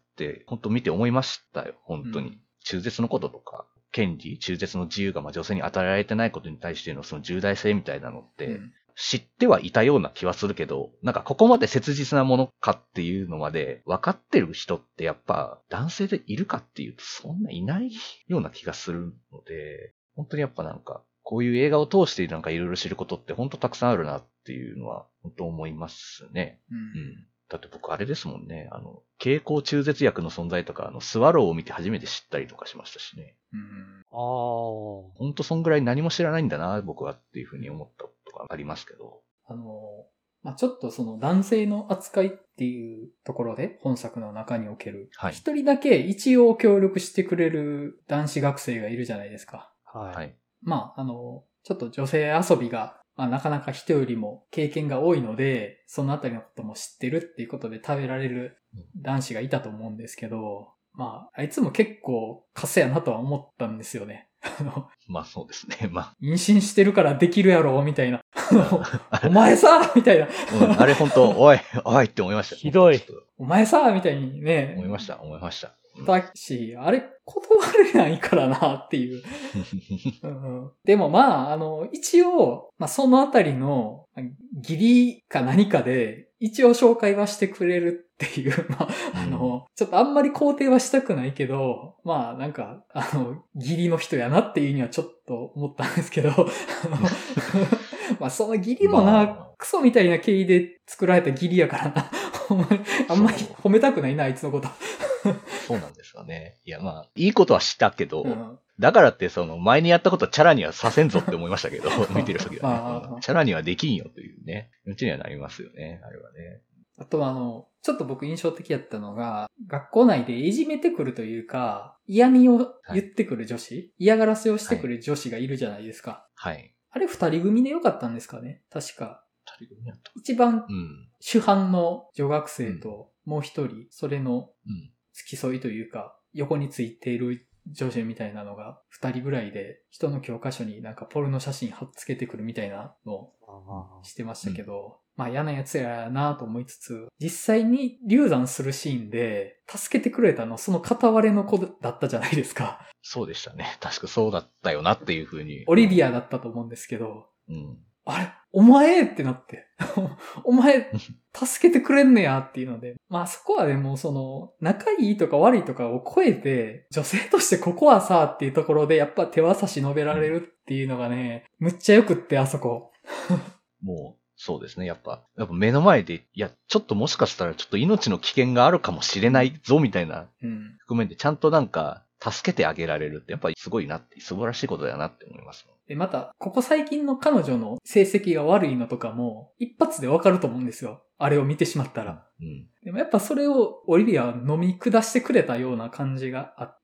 [SPEAKER 3] 本当見て思いましたよ。本当に。
[SPEAKER 1] うん、
[SPEAKER 3] 中絶のこととか、権利、中絶の自由がまあ女性に与えられてないことに対してのその重大性みたいなのって、うん、知ってはいたような気はするけど、なんかここまで切実なものかっていうのまで分かってる人ってやっぱ男性でいるかっていうとそんないないような気がするので、本当にやっぱなんか、こういう映画を通してなんかいろいろ知ることって本当たくさんあるなっていうのは本当思いますね。
[SPEAKER 1] うん。
[SPEAKER 3] うんだって僕あれですもんね。あの、経口中絶薬の存在とか、あの、スワローを見て初めて知ったりとかしましたしね。
[SPEAKER 1] うん。
[SPEAKER 2] ああ。
[SPEAKER 3] ほんとそんぐらい何も知らないんだな、僕はっていうふうに思ったことがありますけど。
[SPEAKER 1] あの、まあ、ちょっとその男性の扱いっていうところで、本作の中における、
[SPEAKER 3] はい。
[SPEAKER 1] 一人だけ一応協力してくれる男子学生がいるじゃないですか。
[SPEAKER 2] はい。
[SPEAKER 1] まあ、あの、ちょっと女性遊びが、まあ、なかなか人よりも経験が多いので、そのあたりのことも知ってるっていうことで食べられる男子がいたと思うんですけど、まあ、あいつも結構カスやなとは思ったんですよね。あの、
[SPEAKER 3] まあそうですね。まあ。
[SPEAKER 1] 妊娠してるからできるやろ、みたいな。お前さみたいな。
[SPEAKER 3] うん、あれ本当おい、おいって思いました。
[SPEAKER 2] ひどい。
[SPEAKER 1] お前さみたいにね。
[SPEAKER 3] 思いました、思いました。
[SPEAKER 1] だし、あれ、断れないからなっていう、うん。でもまあ、あの、一応、まあそのあたりの、義理か何かで、一応紹介はしてくれるっていう、まあ、あの、ちょっとあんまり肯定はしたくないけど、まあなんか、あの、義理の人やなっていうにはちょっと思ったんですけど、あのまあその義理もな、まあ、クソみたいな経緯で作られた義理やからな。あんまり褒めたくないな、あいつのこと。
[SPEAKER 3] そうなんですよね。いや、まあ、いいことはしたけど、
[SPEAKER 1] うん、
[SPEAKER 3] だからって、その、前にやったことチャラにはさせんぞって思いましたけど、見てる時はね。チャラにはできんよというね、うちにはなりますよね、あれはね。
[SPEAKER 1] あとは、あの、ちょっと僕印象的やったのが、学校内でいじめてくるというか、嫌味を言ってくる女子、はい、嫌がらせをしてくる女子がいるじゃないですか。
[SPEAKER 3] はい。
[SPEAKER 1] あれ二人組でよかったんですかね、確か。
[SPEAKER 3] 二人組やった。
[SPEAKER 1] 一番、主犯の女学生と、もう一人、それの、付き添いというか、横についている女子みたいなのが二人ぐらいで、人の教科書になんかポルノ写真貼っつけてくるみたいなのをしてましたけど、うん、まあ嫌なやつやなと思いつつ、実際に流産するシーンで、助けてくれたのその片割れの子だったじゃないですか。
[SPEAKER 3] そうでしたね。確かそうだったよなっていう風に。
[SPEAKER 1] オリビアだったと思うんですけど、
[SPEAKER 3] うん、
[SPEAKER 1] あれお前ってなって。お前、助けてくれんねやっていうので。まあそこはでもその、仲いいとか悪いとかを超えて、女性としてここはさっていうところでやっぱ手は差し伸べられるっていうのがね、むっちゃよくってあそこ。
[SPEAKER 3] もう、そうですね。やっぱ、やっぱ目の前で、いや、ちょっともしかしたらちょっと命の危険があるかもしれないぞみたいな、含めてちゃんとなんか、助けてあげられるってやっぱりすごいなって、素晴らしいことだなって思います。
[SPEAKER 1] で、また、ここ最近の彼女の成績が悪いのとかも、一発でわかると思うんですよ。あれを見てしまったら。うん、でもやっぱそれをオリビアは飲み下してくれたような感じがあって、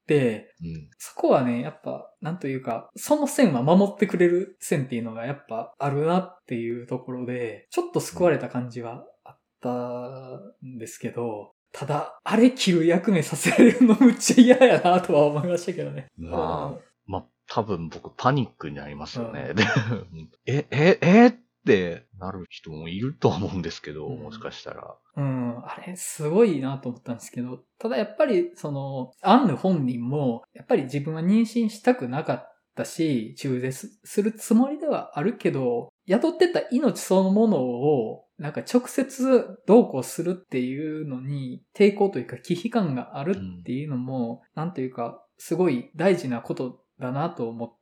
[SPEAKER 1] うん、そこはね、やっぱ、なんというか、その線は守ってくれる線っていうのがやっぱあるなっていうところで、ちょっと救われた感じはあったんですけど、 ただ、あれ着る役目させられるのむっちゃ嫌やなとは思いましたけどね。
[SPEAKER 3] まあ、まあ、多分僕パニックになりますよね。でえ、え、えってなる人もいると思うんですけど、もしかしたら。
[SPEAKER 1] うん、あれすごいなと思ったんですけど、ただやっぱりその、アンヌ本人も、やっぱり自分は妊娠したくなかったし、中絶するつもりではあるけど、宿ってた命そのものを、なんか直接どうこうするっていうのに抵抗というか忌避感があるっていうのも、うん、なんていうか、すごい大事なことだなと思って、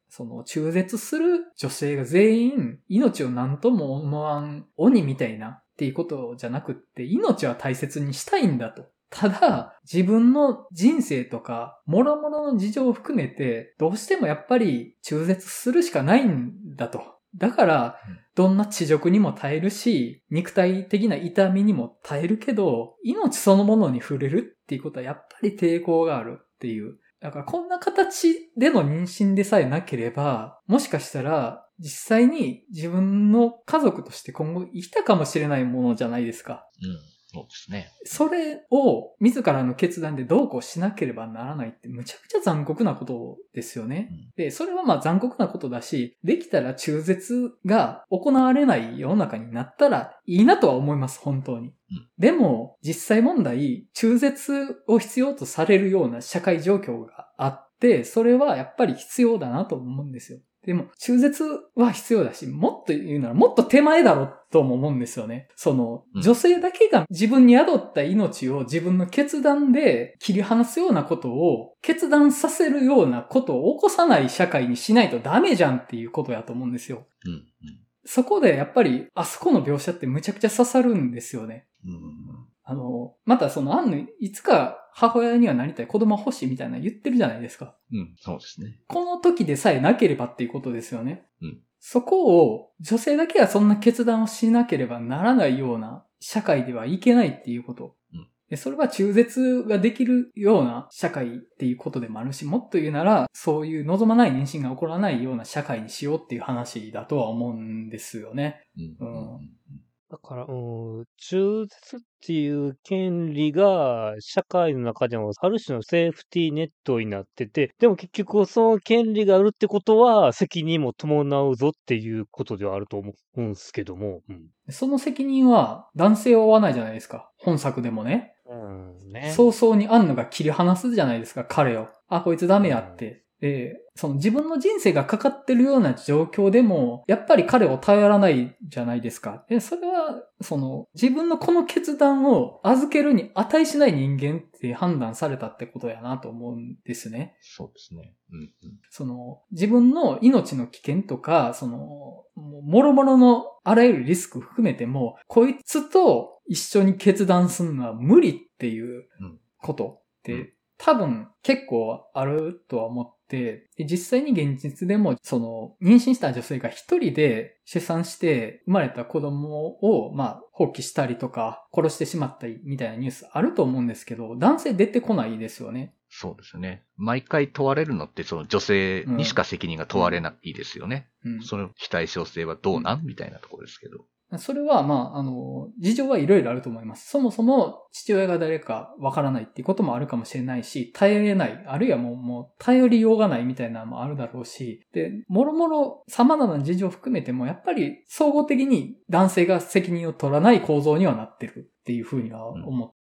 [SPEAKER 1] その中絶する女性が全員命を何とも思わん鬼みたいなっていうことじゃなくって、命は大切にしたいんだと。ただ、自分の人生とか、諸々の事情を含めて、どうしてもやっぱり中絶するしかないんだと。だから、どんな恥辱にも耐えるし、肉体的な痛みにも耐えるけど、命そのものに触れるっていうことはやっぱり抵抗があるっていう。だからこんな形での妊娠でさえなければ、もしかしたら実際に自分の家族として今後生きたかもしれないものじゃないですか。
[SPEAKER 3] うん。そうですね。
[SPEAKER 1] それを自らの決断でどうこうしなければならないってむちゃくちゃ残酷なことですよね。うん、で、それはまあ残酷なことだし、できたら中絶が行われない世の中になったらいいなとは思います、本当に。うん、でも、実際問題、中絶を必要とされるような社会状況があって、それはやっぱり必要だなと思うんですよ。でも、中絶は必要だし、もっと言うならもっと手前だろとも思うんですよね。その、女性だけが自分に宿った命を自分の決断で切り離すようなことを、決断させるようなことを起こさない社会にしないとダメじゃんっていうことやと思うんですよ。うんうん、そこでやっぱり、あそこの描写ってむちゃくちゃ刺さるんですよね。うん、あの、またそのアンヌ、いつか母親にはなりたい、子供は欲しいみたいな言ってるじゃないですか。
[SPEAKER 3] うん、そうですね。
[SPEAKER 1] この時でさえなければっていうことですよね。
[SPEAKER 3] うん。
[SPEAKER 1] そこを、女性だけはそんな決断をしなければならないような社会ではいけないっていうこと。うん、でそれは中絶ができるような社会っていうことでもあるし、もっと言うなら、そういう望まない妊娠が起こらないような社会にしようっていう話だとは思うんですよね。うん。うんうん
[SPEAKER 2] だから、うん、中絶っていう権利が社会の中でもある種のセーフティーネットになってて、でも結局その権利があるってことは責任も伴うぞっていうことではあると思うんですけども。うん、
[SPEAKER 1] その責任は男性は負わないじゃないですか。本作でもね。
[SPEAKER 2] うんね、
[SPEAKER 1] 早々にアンヌが切り離すじゃないですか、彼を。あ、こいつダメやって。で、その自分の人生がかかってるような状況でも、やっぱり彼を頼らないじゃないですか。で、それは、その、自分のこの決断を預けるに値しない人間って判断されたってことやなと思うんですね。
[SPEAKER 3] そうですね。うんうん、
[SPEAKER 1] その、自分の命の危険とか、その、もろもろのあらゆるリスク含めても、こいつと一緒に決断するのは無理っていうことって、うんうん多分結構あるとは思って、実際に現実でもその妊娠した女性が一人で出産して生まれた子供をまあ放棄したりとか殺してしまったりみたいなニュースあると思うんですけど、男性出てこないですよね。
[SPEAKER 3] そうですね。毎回問われるのってその女性にしか責任が問われないですよね。うんうん、その非対称性はどうなん、うん、みたいなところですけど。
[SPEAKER 1] それは、まあ、あの、事情はいろいろあると思います。そもそも父親が誰かわからないっていうこともあるかもしれないし、頼れない、あるいはもう、もう頼りようがないみたいなのもあるだろうし、で、もろもろ様々な事情を含めても、やっぱり総合的に男性が責任を取らない構造にはなってるっていうふうには思って、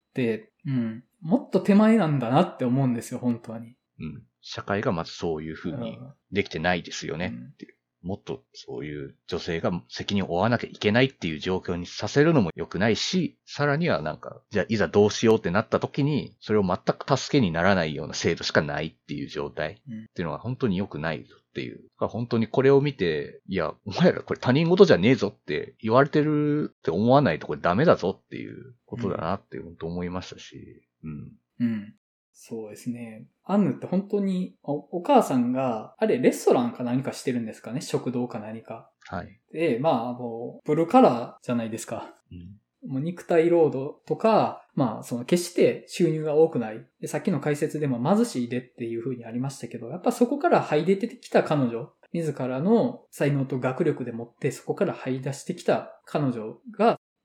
[SPEAKER 1] うん、うん。もっと手前なんだなって思うんですよ、本当に。
[SPEAKER 3] うん。社会がまずそういうふうにできてないですよね、っていう。もっとそういう女性が責任を負わなきゃいけないっていう状況にさせるのも良くないし、さらにはなんか、じゃあいざどうしようってなった時に、それを全く助けにならないような制度しかないっていう状態っていうのは本当に良くないっていう。本当にこれを見て、いや、お前らこれ他人事じゃねえぞって言われてるって思わないとこれダメだぞっていうことだなって本当思いましたし、うん。
[SPEAKER 1] うん。そうですね。アンヌって本当にお、お母さんが、あれ、レストランか何かしてるんですかね、食堂か何か。
[SPEAKER 3] はい。
[SPEAKER 1] で、まあ、もう、ブルーカラーじゃないですか。うん、もう肉体労働とか、まあ、その、決して収入が多くない。で、さっきの解説でも貧しいでっていう風にありましたけど、やっぱそこから這い出てきた彼女、自らの才能と学力でもって、そこから這い出してきた彼女が、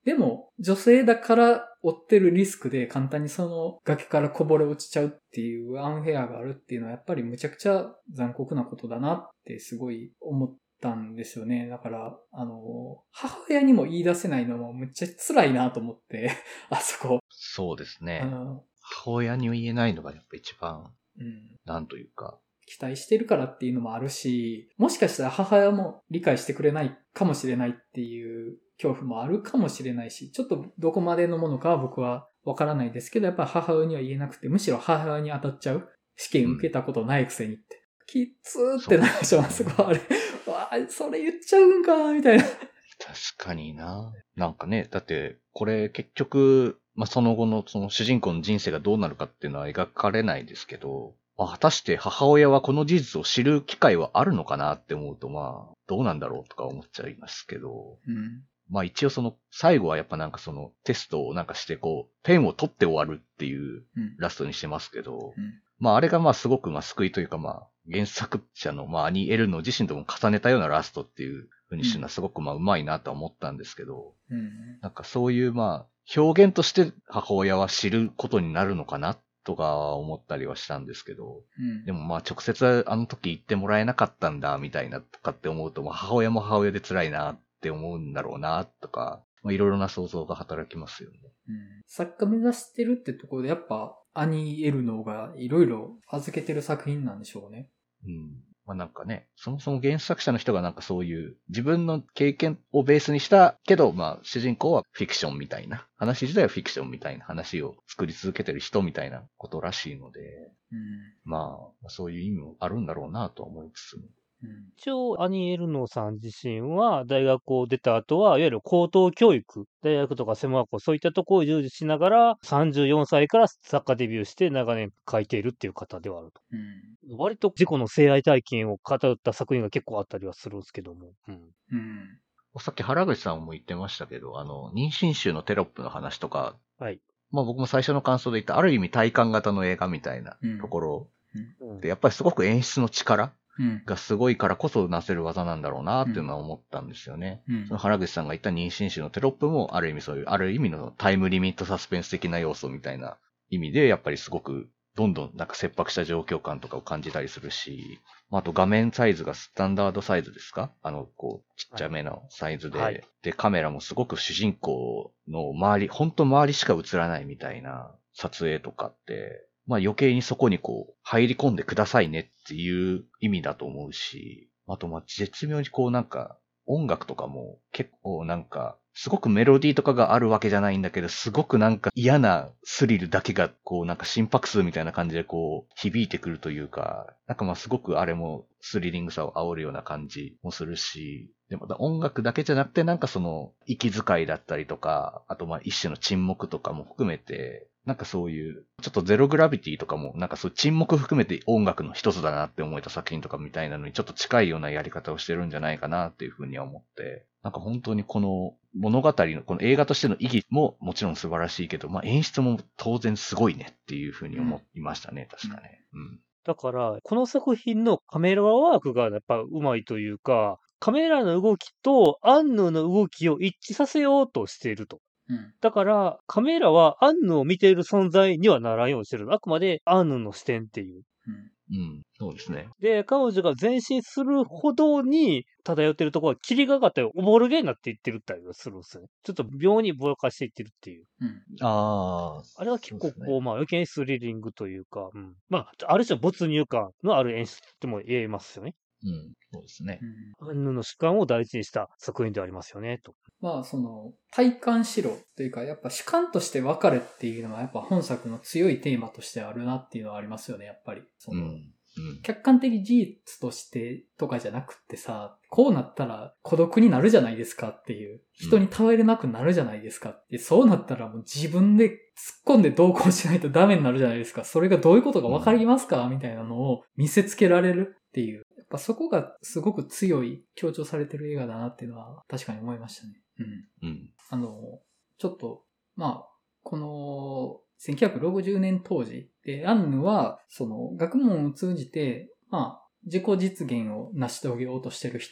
[SPEAKER 1] でも、女性だから負ってるリスクで簡単にその崖からこぼれ落ちちゃうっていうアンフェアがあるっていうのはやっぱりむちゃくちゃ残酷なことだなってすごい思ったんですよね。だから、あの、母親にも言い出せないのもむっちゃ辛いなと思って、あそこ。
[SPEAKER 3] そうですね。
[SPEAKER 1] うん、
[SPEAKER 3] 母親に言えないのがやっぱ一番、
[SPEAKER 1] うん、
[SPEAKER 3] なんというか。
[SPEAKER 1] 期待してるからっていうのもあるし、もしかしたら母親も理解してくれないかもしれないっていう恐怖もあるかもしれないし、ちょっとどこまでのものかは僕はわからないですけど、やっぱり母親には言えなくて、むしろ母親に当たっちゃう。試験受けたことないくせにって。うん、きつーってなりますが、あれ、わあ、それ言っちゃうんか、みたいな。
[SPEAKER 3] 確かにな。なんかね、だって、これ結局、まあ、その後のその主人公の人生がどうなるかっていうのは描かれないですけど、まあ、果たして母親はこの事実を知る機会はあるのかなって思うと、まあ、どうなんだろうとか思っちゃいますけど、
[SPEAKER 1] うん、
[SPEAKER 3] まあ一応その、最後はやっぱなんかそのテストをなんかしてこう、ペンを取って終わるっていうラストにしてますけど、
[SPEAKER 1] うんうん、
[SPEAKER 3] まああれがまあすごくまあ救いというかまあ、原作者のまあアニエルノ自身とも重ねたようなラストっていう風にしてるのはすごくまあうまいなとは思ったんですけど、
[SPEAKER 1] うん、
[SPEAKER 3] なんかそういうまあ、表現として母親は知ることになるのかなとか思ったりはしたんですけど、
[SPEAKER 1] うん、
[SPEAKER 3] でもまあ直接あの時言ってもらえなかったんだみたいなとかって思うと、まあ母親も母親で辛いなって思うんだろうなとか、まあいろいろな想像が働きますよね。
[SPEAKER 1] うん、作家目指してるってところでやっぱアニエルノがいろいろ預けてる作品なんでしょうね。
[SPEAKER 3] うん。まあなんかね、そもそも原作者の人がなんかそういう自分の経験をベースにしたけど、まあ主人公はフィクションみたいな、話自体はフィクションみたいな話を作り続けてる人みたいなことらしいので、
[SPEAKER 1] うん、
[SPEAKER 3] まあそういう意味もあるんだろうなとは思いつつも。
[SPEAKER 2] うん、一応、アニエルノさん自身は、大学を出た後は、いわゆる高等教育、大学とか専門学校、そういったところを従事しながら、さんじゅうよんさいから作家デビューして長年書いているっていう方ではあると。うん、割と自己の性愛体験を語った作品が結構あったりはするんですけども。うん。
[SPEAKER 1] うん、
[SPEAKER 3] さっき原口さんも言ってましたけど、あの、妊娠集のテロップの話とか、
[SPEAKER 2] はい。
[SPEAKER 3] まあ僕も最初の感想で言った、ある意味体感型の映画みたいなところで、やっぱりすごく演出の力がすごいからこそなせる技なんだろうなっていうのは思ったんですよね。うん、その原口さんが言った妊娠集のテロップもある意味そういう、ある意味のタイムリミットサスペンス的な要素みたいな意味で、やっぱりすごくどんどんなんか切迫した状況感とかを感じたりするし、あと画面サイズがスタンダードサイズですか？あの、こう、ちっちゃめのサイズで、はい、で、カメラもすごく主人公の周り、ほんと周りしか映らないみたいな撮影とかって、まあ余計にそこにこう入り込んでくださいねっていう意味だと思うし、あとまあ絶妙にこうなんか音楽とかも結構なんかすごくメロディーとかがあるわけじゃないんだけど、すごくなんか嫌なスリルだけがこうなんか心拍数みたいな感じでこう響いてくるというか、なんかまあすごくあれもスリリングさを煽るような感じもするし、でも音楽だけじゃなくてなんかその息遣いだったりとか、あとまあ一種の沈黙とかも含めて、なんかそういう、ちょっとゼログラビティとかも、なんかそういう沈黙含めて音楽の一つだなって思えた作品とかみたいなのにちょっと近いようなやり方をしてるんじゃないかなっていうふうには思って、なんか本当にこの物語の、この映画としての意義ももちろん素晴らしいけど、まあ演出も当然すごいねっていうふうに思いましたね、うん、確かね。うん。
[SPEAKER 2] だから、この作品のカメラワークがやっぱうまいというか、カメラの動きとアンヌの動きを一致させようとしていると。うん、だから、カメラはアンヌを見ている存在にはならんようにしてる。あくまでアンヌの視点っていう。
[SPEAKER 3] うん、うん、そうですね。
[SPEAKER 2] で、彼女が前進するほどに漂ってるところは霧がかっておぼろげになっていってるったりはするんですよね。ちょっと妙にぼやかしていってるっていう。うん、
[SPEAKER 3] ああ。
[SPEAKER 2] あれは結構こう、うね、まあ余計にスリリングというか、うん、まあ、ある種没入感のある演出とも言えますよね。
[SPEAKER 3] うん、そうですね。
[SPEAKER 2] アンヌの主観を大事にした作品でありますよね、と。
[SPEAKER 1] まあ、その、体感しろというか、やっぱ主観として分かれっていうのは、やっぱ本作の強いテーマとしてあるなっていうのはありますよね、やっぱり。その、うんうん、客観的事実としてとかじゃなくってさ、こうなったら孤独になるじゃないですかっていう。人に頼れなくなるじゃないですかって。そうなったらもう自分で突っ込んで同行しないとダメになるじゃないですか。それがどういうことか分かりますか、うん、みたいなのを見せつけられるっていう。やっぱそこがすごく強い強調されてる映画だなっていうのは確かに思いましたね。うん。うん。あの、ちょっと、まあ、この、せんきゅうひゃくろくじゅうねん当時で、アンヌは、その、学問を通じて、まあ、自己実現を成し遂げようとしてる人って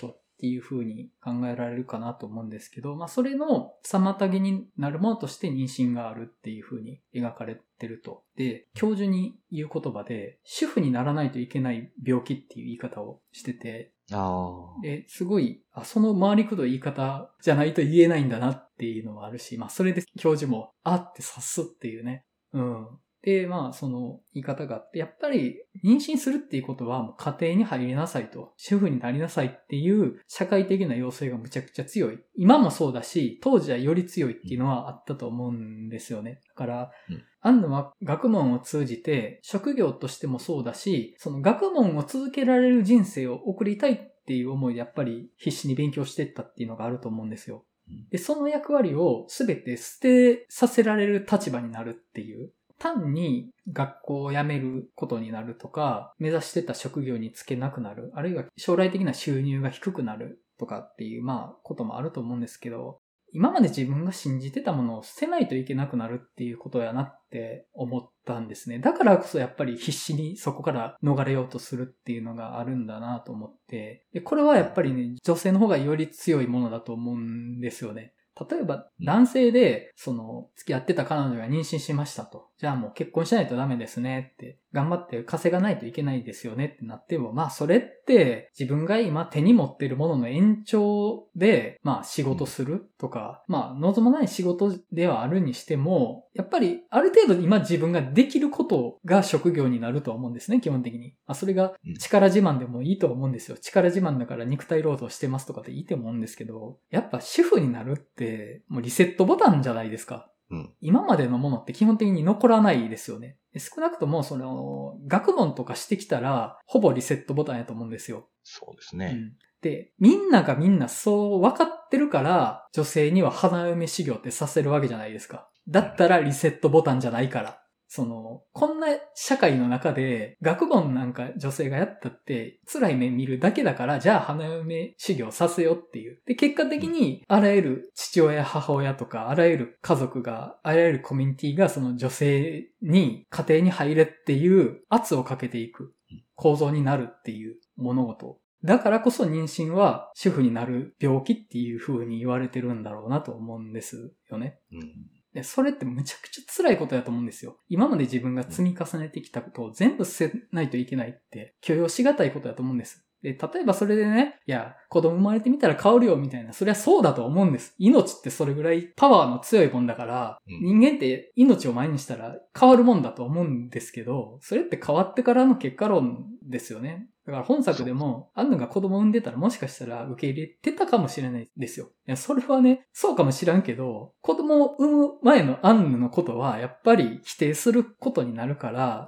[SPEAKER 1] っていう風に考えられるかなと思うんですけど、まあそれの妨げになるものとして妊娠があるっていう風に描かれてると。で、教授に言う言葉で、主婦にならないといけない病気っていう言い方をしてて、
[SPEAKER 3] あ
[SPEAKER 1] で、すごい、あ、その回りくどい言い方じゃないと言えないんだなっていうのもあるし、まあそれで教授も、あって察すっていうね。うん。で、まあその言い方があって、やっぱり妊娠するっていうことはもう家庭に入りなさいと、主婦になりなさいっていう社会的な要請がむちゃくちゃ強い。今もそうだし、当時はより強いっていうのはあったと思うんですよね。だから、うんアンヌは学問を通じて職業としてもそうだし、その学問を続けられる人生を送りたいっていう思いでやっぱり必死に勉強していったっていうのがあると思うんですよ。で、その役割をすべて捨てさせられる立場になるっていう。単に学校を辞めることになるとか、目指してた職業に就けなくなる、あるいは将来的な収入が低くなるとかっていう、まあ、こともあると思うんですけど、今まで自分が信じてたものを捨てないといけなくなるっていうことやなって思ったんですね。だからこそやっぱり必死にそこから逃れようとするっていうのがあるんだなと思って、でこれはやっぱりね、女性の方がより強いものだと思うんですよね。例えば男性でその付き合ってた彼女が妊娠しましたと。じゃあもう結婚しないとダメですねって頑張って稼がないといけないですよねってなっても、まあそれって自分が今手に持っているものの延長でまあ仕事するとか、まあ望まない仕事ではあるにしても、やっぱりある程度今自分ができることが職業になるとは思うんですね、基本的に。まあそれが力自慢でもいいと思うんですよ。力自慢だから肉体労働してますとかでいいと思うんですけど、やっぱ主婦になるってもうリセットボタンじゃないですか。うん、今までのものって基本的に残らないですよね。少なくともその学問とかしてきたらほぼリセットボタンやと思うんですよ。
[SPEAKER 3] そうですね。うん、
[SPEAKER 1] で、みんながみんなそう分かってるから女性には花嫁修行ってさせるわけじゃないですか。だったらリセットボタンじゃないから。その、こんな社会の中で学問なんか女性がやったって辛い目見るだけだから、じゃあ花嫁修行させようっていう。で、結果的にあらゆる父親、母親とか、あらゆる家族が、あらゆるコミュニティがその女性に家庭に入れっていう圧をかけていく構造になるっていう物事。だからこそ妊娠は主婦になる病気っていう風に言われてるんだろうなと思うんですよね。うんでそれってむちゃくちゃ辛いことだと思うんですよ。今まで自分が積み重ねてきたことを全部捨てないといけないって許容しがたいことだと思うんです。で、例えばそれでね、いや、子供生まれてみたら変わるよみたいな、それはそうだと思うんです。命ってそれぐらいパワーの強いもんだから、人間って命を前にしたら変わるもんだと思うんですけど、それって変わってからの結果論ですよね。だから本作でも、アンヌが子供産んでたらもしかしたら受け入れてたかもしれないですよ。いや、それはね、そうかもしらんけど、子供を産む前のアンヌのことは、やっぱり否定することになるから、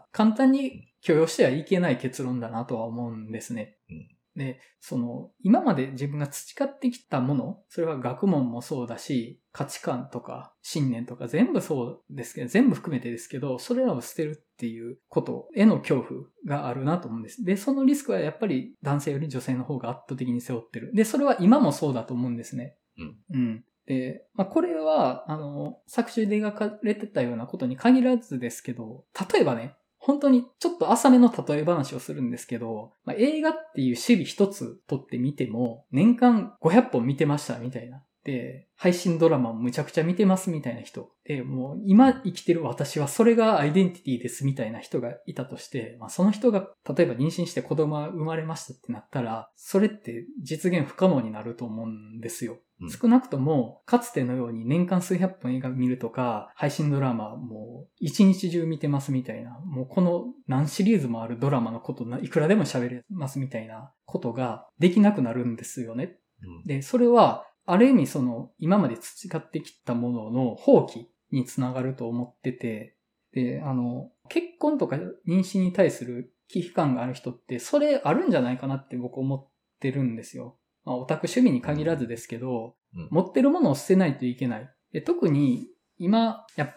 [SPEAKER 1] 簡単に許容してはいけない結論だなとは思うんですね。うんで、その、今まで自分が培ってきたもの、それは学問もそうだし、価値観とか信念とか全部そうですけど、全部含めてですけど、それらを捨てるっていうことへの恐怖があるなと思うんです。で、そのリスクはやっぱり男性より女性の方が圧倒的に背負ってる。で、それは今もそうだと思うんですね。うん。うん。で、まあ、これは、あの、作中で描かれてたようなことに限らずですけど、例えばね、本当にちょっと浅めの例え話をするんですけど、まあ、映画っていう守備一つ取ってみても、年間ごひゃっぽん見てましたみたいな。で、配信ドラマもむちゃくちゃ見てますみたいな人。で、もう今生きてる私はそれがアイデンティティですみたいな人がいたとして、まあ、その人が例えば妊娠して子供が生まれましたってなったら、それって実現不可能になると思うんですよ。うん、少なくとも、かつてのように年間数百本映画見るとか、配信ドラマも一日中見てますみたいな、もうこの何シリーズもあるドラマのこといくらでも喋れますみたいなことができなくなるんですよね。うん、で、それは、ある意味その、今まで培ってきたものの放棄につながると思ってて、で、あの、結婚とか妊娠に対する危機感がある人って、それあるんじゃないかなって僕思ってるんですよ。まあ、オタク趣味に限らずですけど、うん、持ってるものを捨てないといけない。で特に今、やっぱり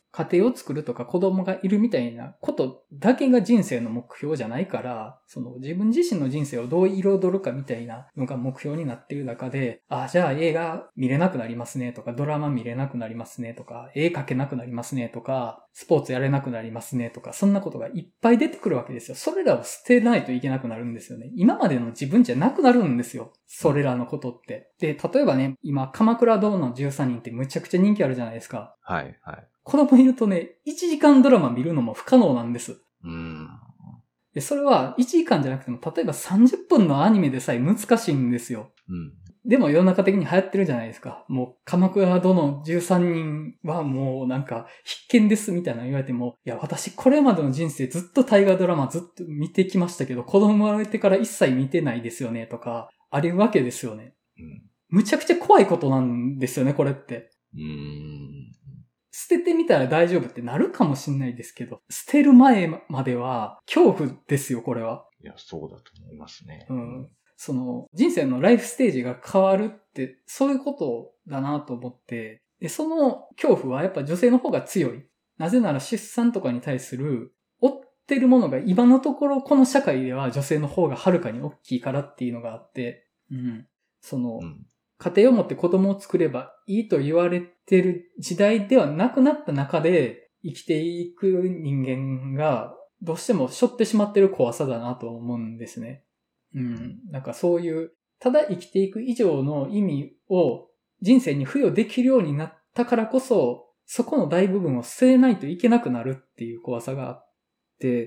[SPEAKER 1] 家庭を作るとか子供がいるみたいなことだけが人生の目標じゃないから、その自分自身の人生をどう彩るかみたいなのが目標になっている中で、あ、じゃあ映画見れなくなりますねとか、ドラマ見れなくなりますねとか、絵描けなくなりますねとか、スポーツやれなくなりますねとか、そんなことがいっぱい出てくるわけですよ。それらを捨てないといけなくなるんですよね。今までの自分じゃなくなるんですよ。それらのことって。で、例えばね、今、鎌倉殿のじゅうさんにんってむちゃくちゃ人気あるじゃないですか。
[SPEAKER 3] はい、はい。
[SPEAKER 1] 子供いるとね、いちじかんドラマ見るのも不可能なんです。
[SPEAKER 3] うーん。
[SPEAKER 1] で、それはいちじかんじゃなくても、例えばさんじゅっぷんのアニメでさえ難しいんですよ。
[SPEAKER 3] うん。
[SPEAKER 1] でも世の中的に流行ってるじゃないですか。もう、鎌倉殿じゅうさんにんはもうなんか必見ですみたいなの言われても、いや、私これまでの人生ずっと大河ドラマずっと見てきましたけど、子供生まれてから一切見てないですよねとか、あるわけですよね。
[SPEAKER 3] うん。
[SPEAKER 1] むちゃくちゃ怖いことなんですよね、これって。
[SPEAKER 3] うーん。
[SPEAKER 1] 捨ててみたら大丈夫ってなるかもしんないですけど、捨てる前までは恐怖ですよ、これは。
[SPEAKER 3] いや、そうだと思いますね。
[SPEAKER 1] うん。その、人生のライフステージが変わるって、そういうことだなと思って、で、その恐怖はやっぱ女性の方が強い。なぜなら出産とかに対する、追ってるものが今のところこの社会では女性の方がはるかに大きいからっていうのがあって、うん。その、
[SPEAKER 3] うん
[SPEAKER 1] 家庭を持って子供を作ればいいと言われてる時代ではなくなった中で生きていく人間がどうしても背負ってしまってる怖さだなと思うんですね。うん。なんかそういう、ただ生きていく以上の意味を人生に付与できるようになったからこそ、そこの大部分を捨てないといけなくなるっていう怖さがあって、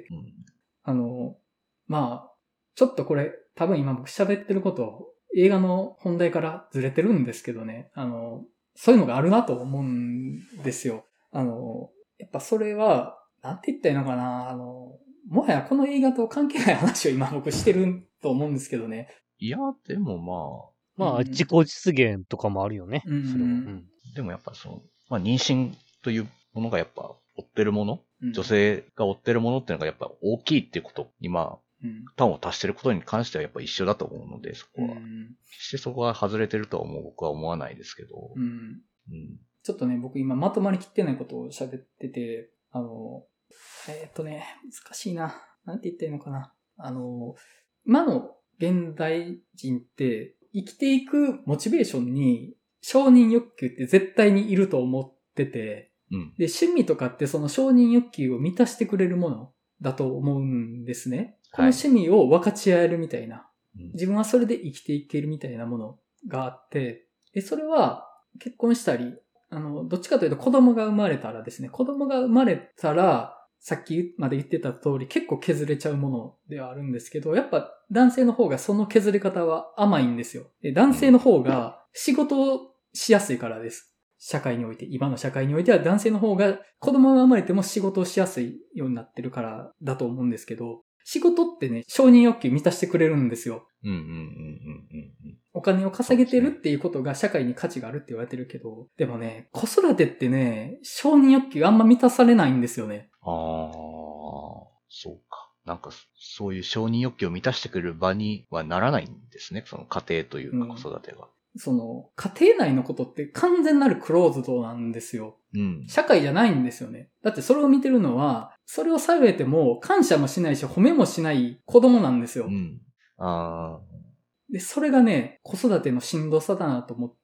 [SPEAKER 3] うん。
[SPEAKER 1] あの、まあ、ちょっとこれ多分今僕喋ってることを映画の本題からずれてるんですけどね。あの、そういうのがあるなと思うんですよ。あの、やっぱそれは、なんて言ったらいいのかな。あの、もはやこの映画と関係ない話を今僕してると思うんですけどね。
[SPEAKER 3] いや、でも
[SPEAKER 2] まあ、
[SPEAKER 1] うん
[SPEAKER 2] 自己実現とかもあるよね。
[SPEAKER 1] うん
[SPEAKER 2] それは。うん。
[SPEAKER 3] まあ、でもやっぱその、まあ妊娠というものがやっぱ追ってるもの、
[SPEAKER 1] うん
[SPEAKER 3] 女性が追ってるものっていうのがやっぱ大きいっていうことにまあ、
[SPEAKER 1] うん
[SPEAKER 3] 端を足してることに関してはやっぱ一緒だと思うので、そこは。
[SPEAKER 1] うん
[SPEAKER 3] 決してそこは外れてるとは思う、僕は思わないですけど。
[SPEAKER 1] うん
[SPEAKER 3] うん。
[SPEAKER 1] ちょっとね、僕今まとまりきってないことを喋ってて、あの、えーっとね、難しいな。なんて言ったらいいのかな。あの、今の現代人って生きていくモチベーションに承認欲求って絶対にいると思ってて、
[SPEAKER 3] うん。
[SPEAKER 1] で、趣味とかってその承認欲求を満たしてくれるものだと思うんですね。この趣味を分かち合えるみたいな。
[SPEAKER 3] うん
[SPEAKER 1] 自分はそれで生きていけるみたいなものがあって、で、それは結婚したり、あの、どっちかというと子供が生まれたらですね、子供が生まれたら、さっきまで言ってた通り結構削れちゃうものではあるんですけど、やっぱ男性の方がその削れ方は甘いんですよ。で、男性の方が仕事をしやすいからです。社会において、今の社会においては男性の方が子供が生まれても仕事をしやすいようになってるからだと思うんですけど、仕事ってね、承認欲求満たしてくれるんですよ。
[SPEAKER 3] うんうんうんうんうん
[SPEAKER 1] お金を稼げてるっていうことが社会に価値があるって言われてるけど、でもね、子育てってね、承認欲求あんま満たされないんですよね。
[SPEAKER 3] ああ、そうか。なんか、そういう承認欲求を満たしてくれる場にはならないんですね。その家庭というか
[SPEAKER 1] うん
[SPEAKER 3] 子育てが。
[SPEAKER 1] その、家庭内のことって完全なるクローズドなんですよ。
[SPEAKER 3] うん。
[SPEAKER 1] 社会じゃないんですよね。だってそれを見てるのは、それをされても感謝もしないし褒めもしない子供なんですよ。
[SPEAKER 3] うん。ああ、
[SPEAKER 1] で、それがね、子育てのしんどさだなと思って、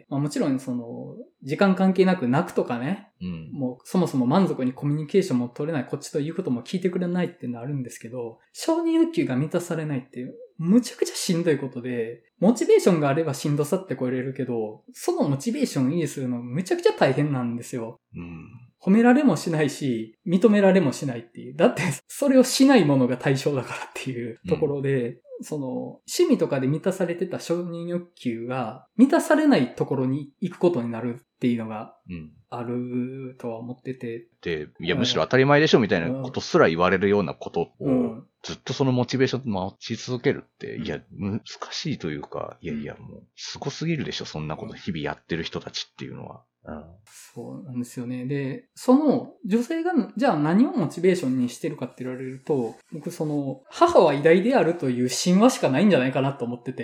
[SPEAKER 1] まあ、もちろんその、時間関係なく泣くとかね、
[SPEAKER 3] うん。
[SPEAKER 1] もうそもそも満足にコミュニケーションも取れないこっちということも聞いてくれないっていうのはあるんですけど、承認欲求が満たされないっていう、むちゃくちゃしんどいことで、モチベーションがあればしんどさって超えれるけど、そのモチベーションを維持するのむちゃくちゃ大変なんですよ。
[SPEAKER 3] うん。
[SPEAKER 1] 褒められもしないし、認められもしないっていう。だって、それをしないものが対象だからっていうところで、うん、その、趣味とかで満たされてた承認欲求が、満たされないところに行くことになるっていうのが、あるとは思ってて。
[SPEAKER 3] で、いや、むしろ当たり前でしょみたいなことすら言われるようなことを、うん、ずっとそのモチベーションを持ち続けるって、うん、いや、難しいというか、いやいや、もう、すごすぎるでしょ、そんなこと日々やってる人たちっていうのは。うん、
[SPEAKER 1] そうなんですよね。で、その女性がじゃあ何をモチベーションにしてるかって言われると、僕その母は偉大であるという神話しかないんじゃないかなと思ってて、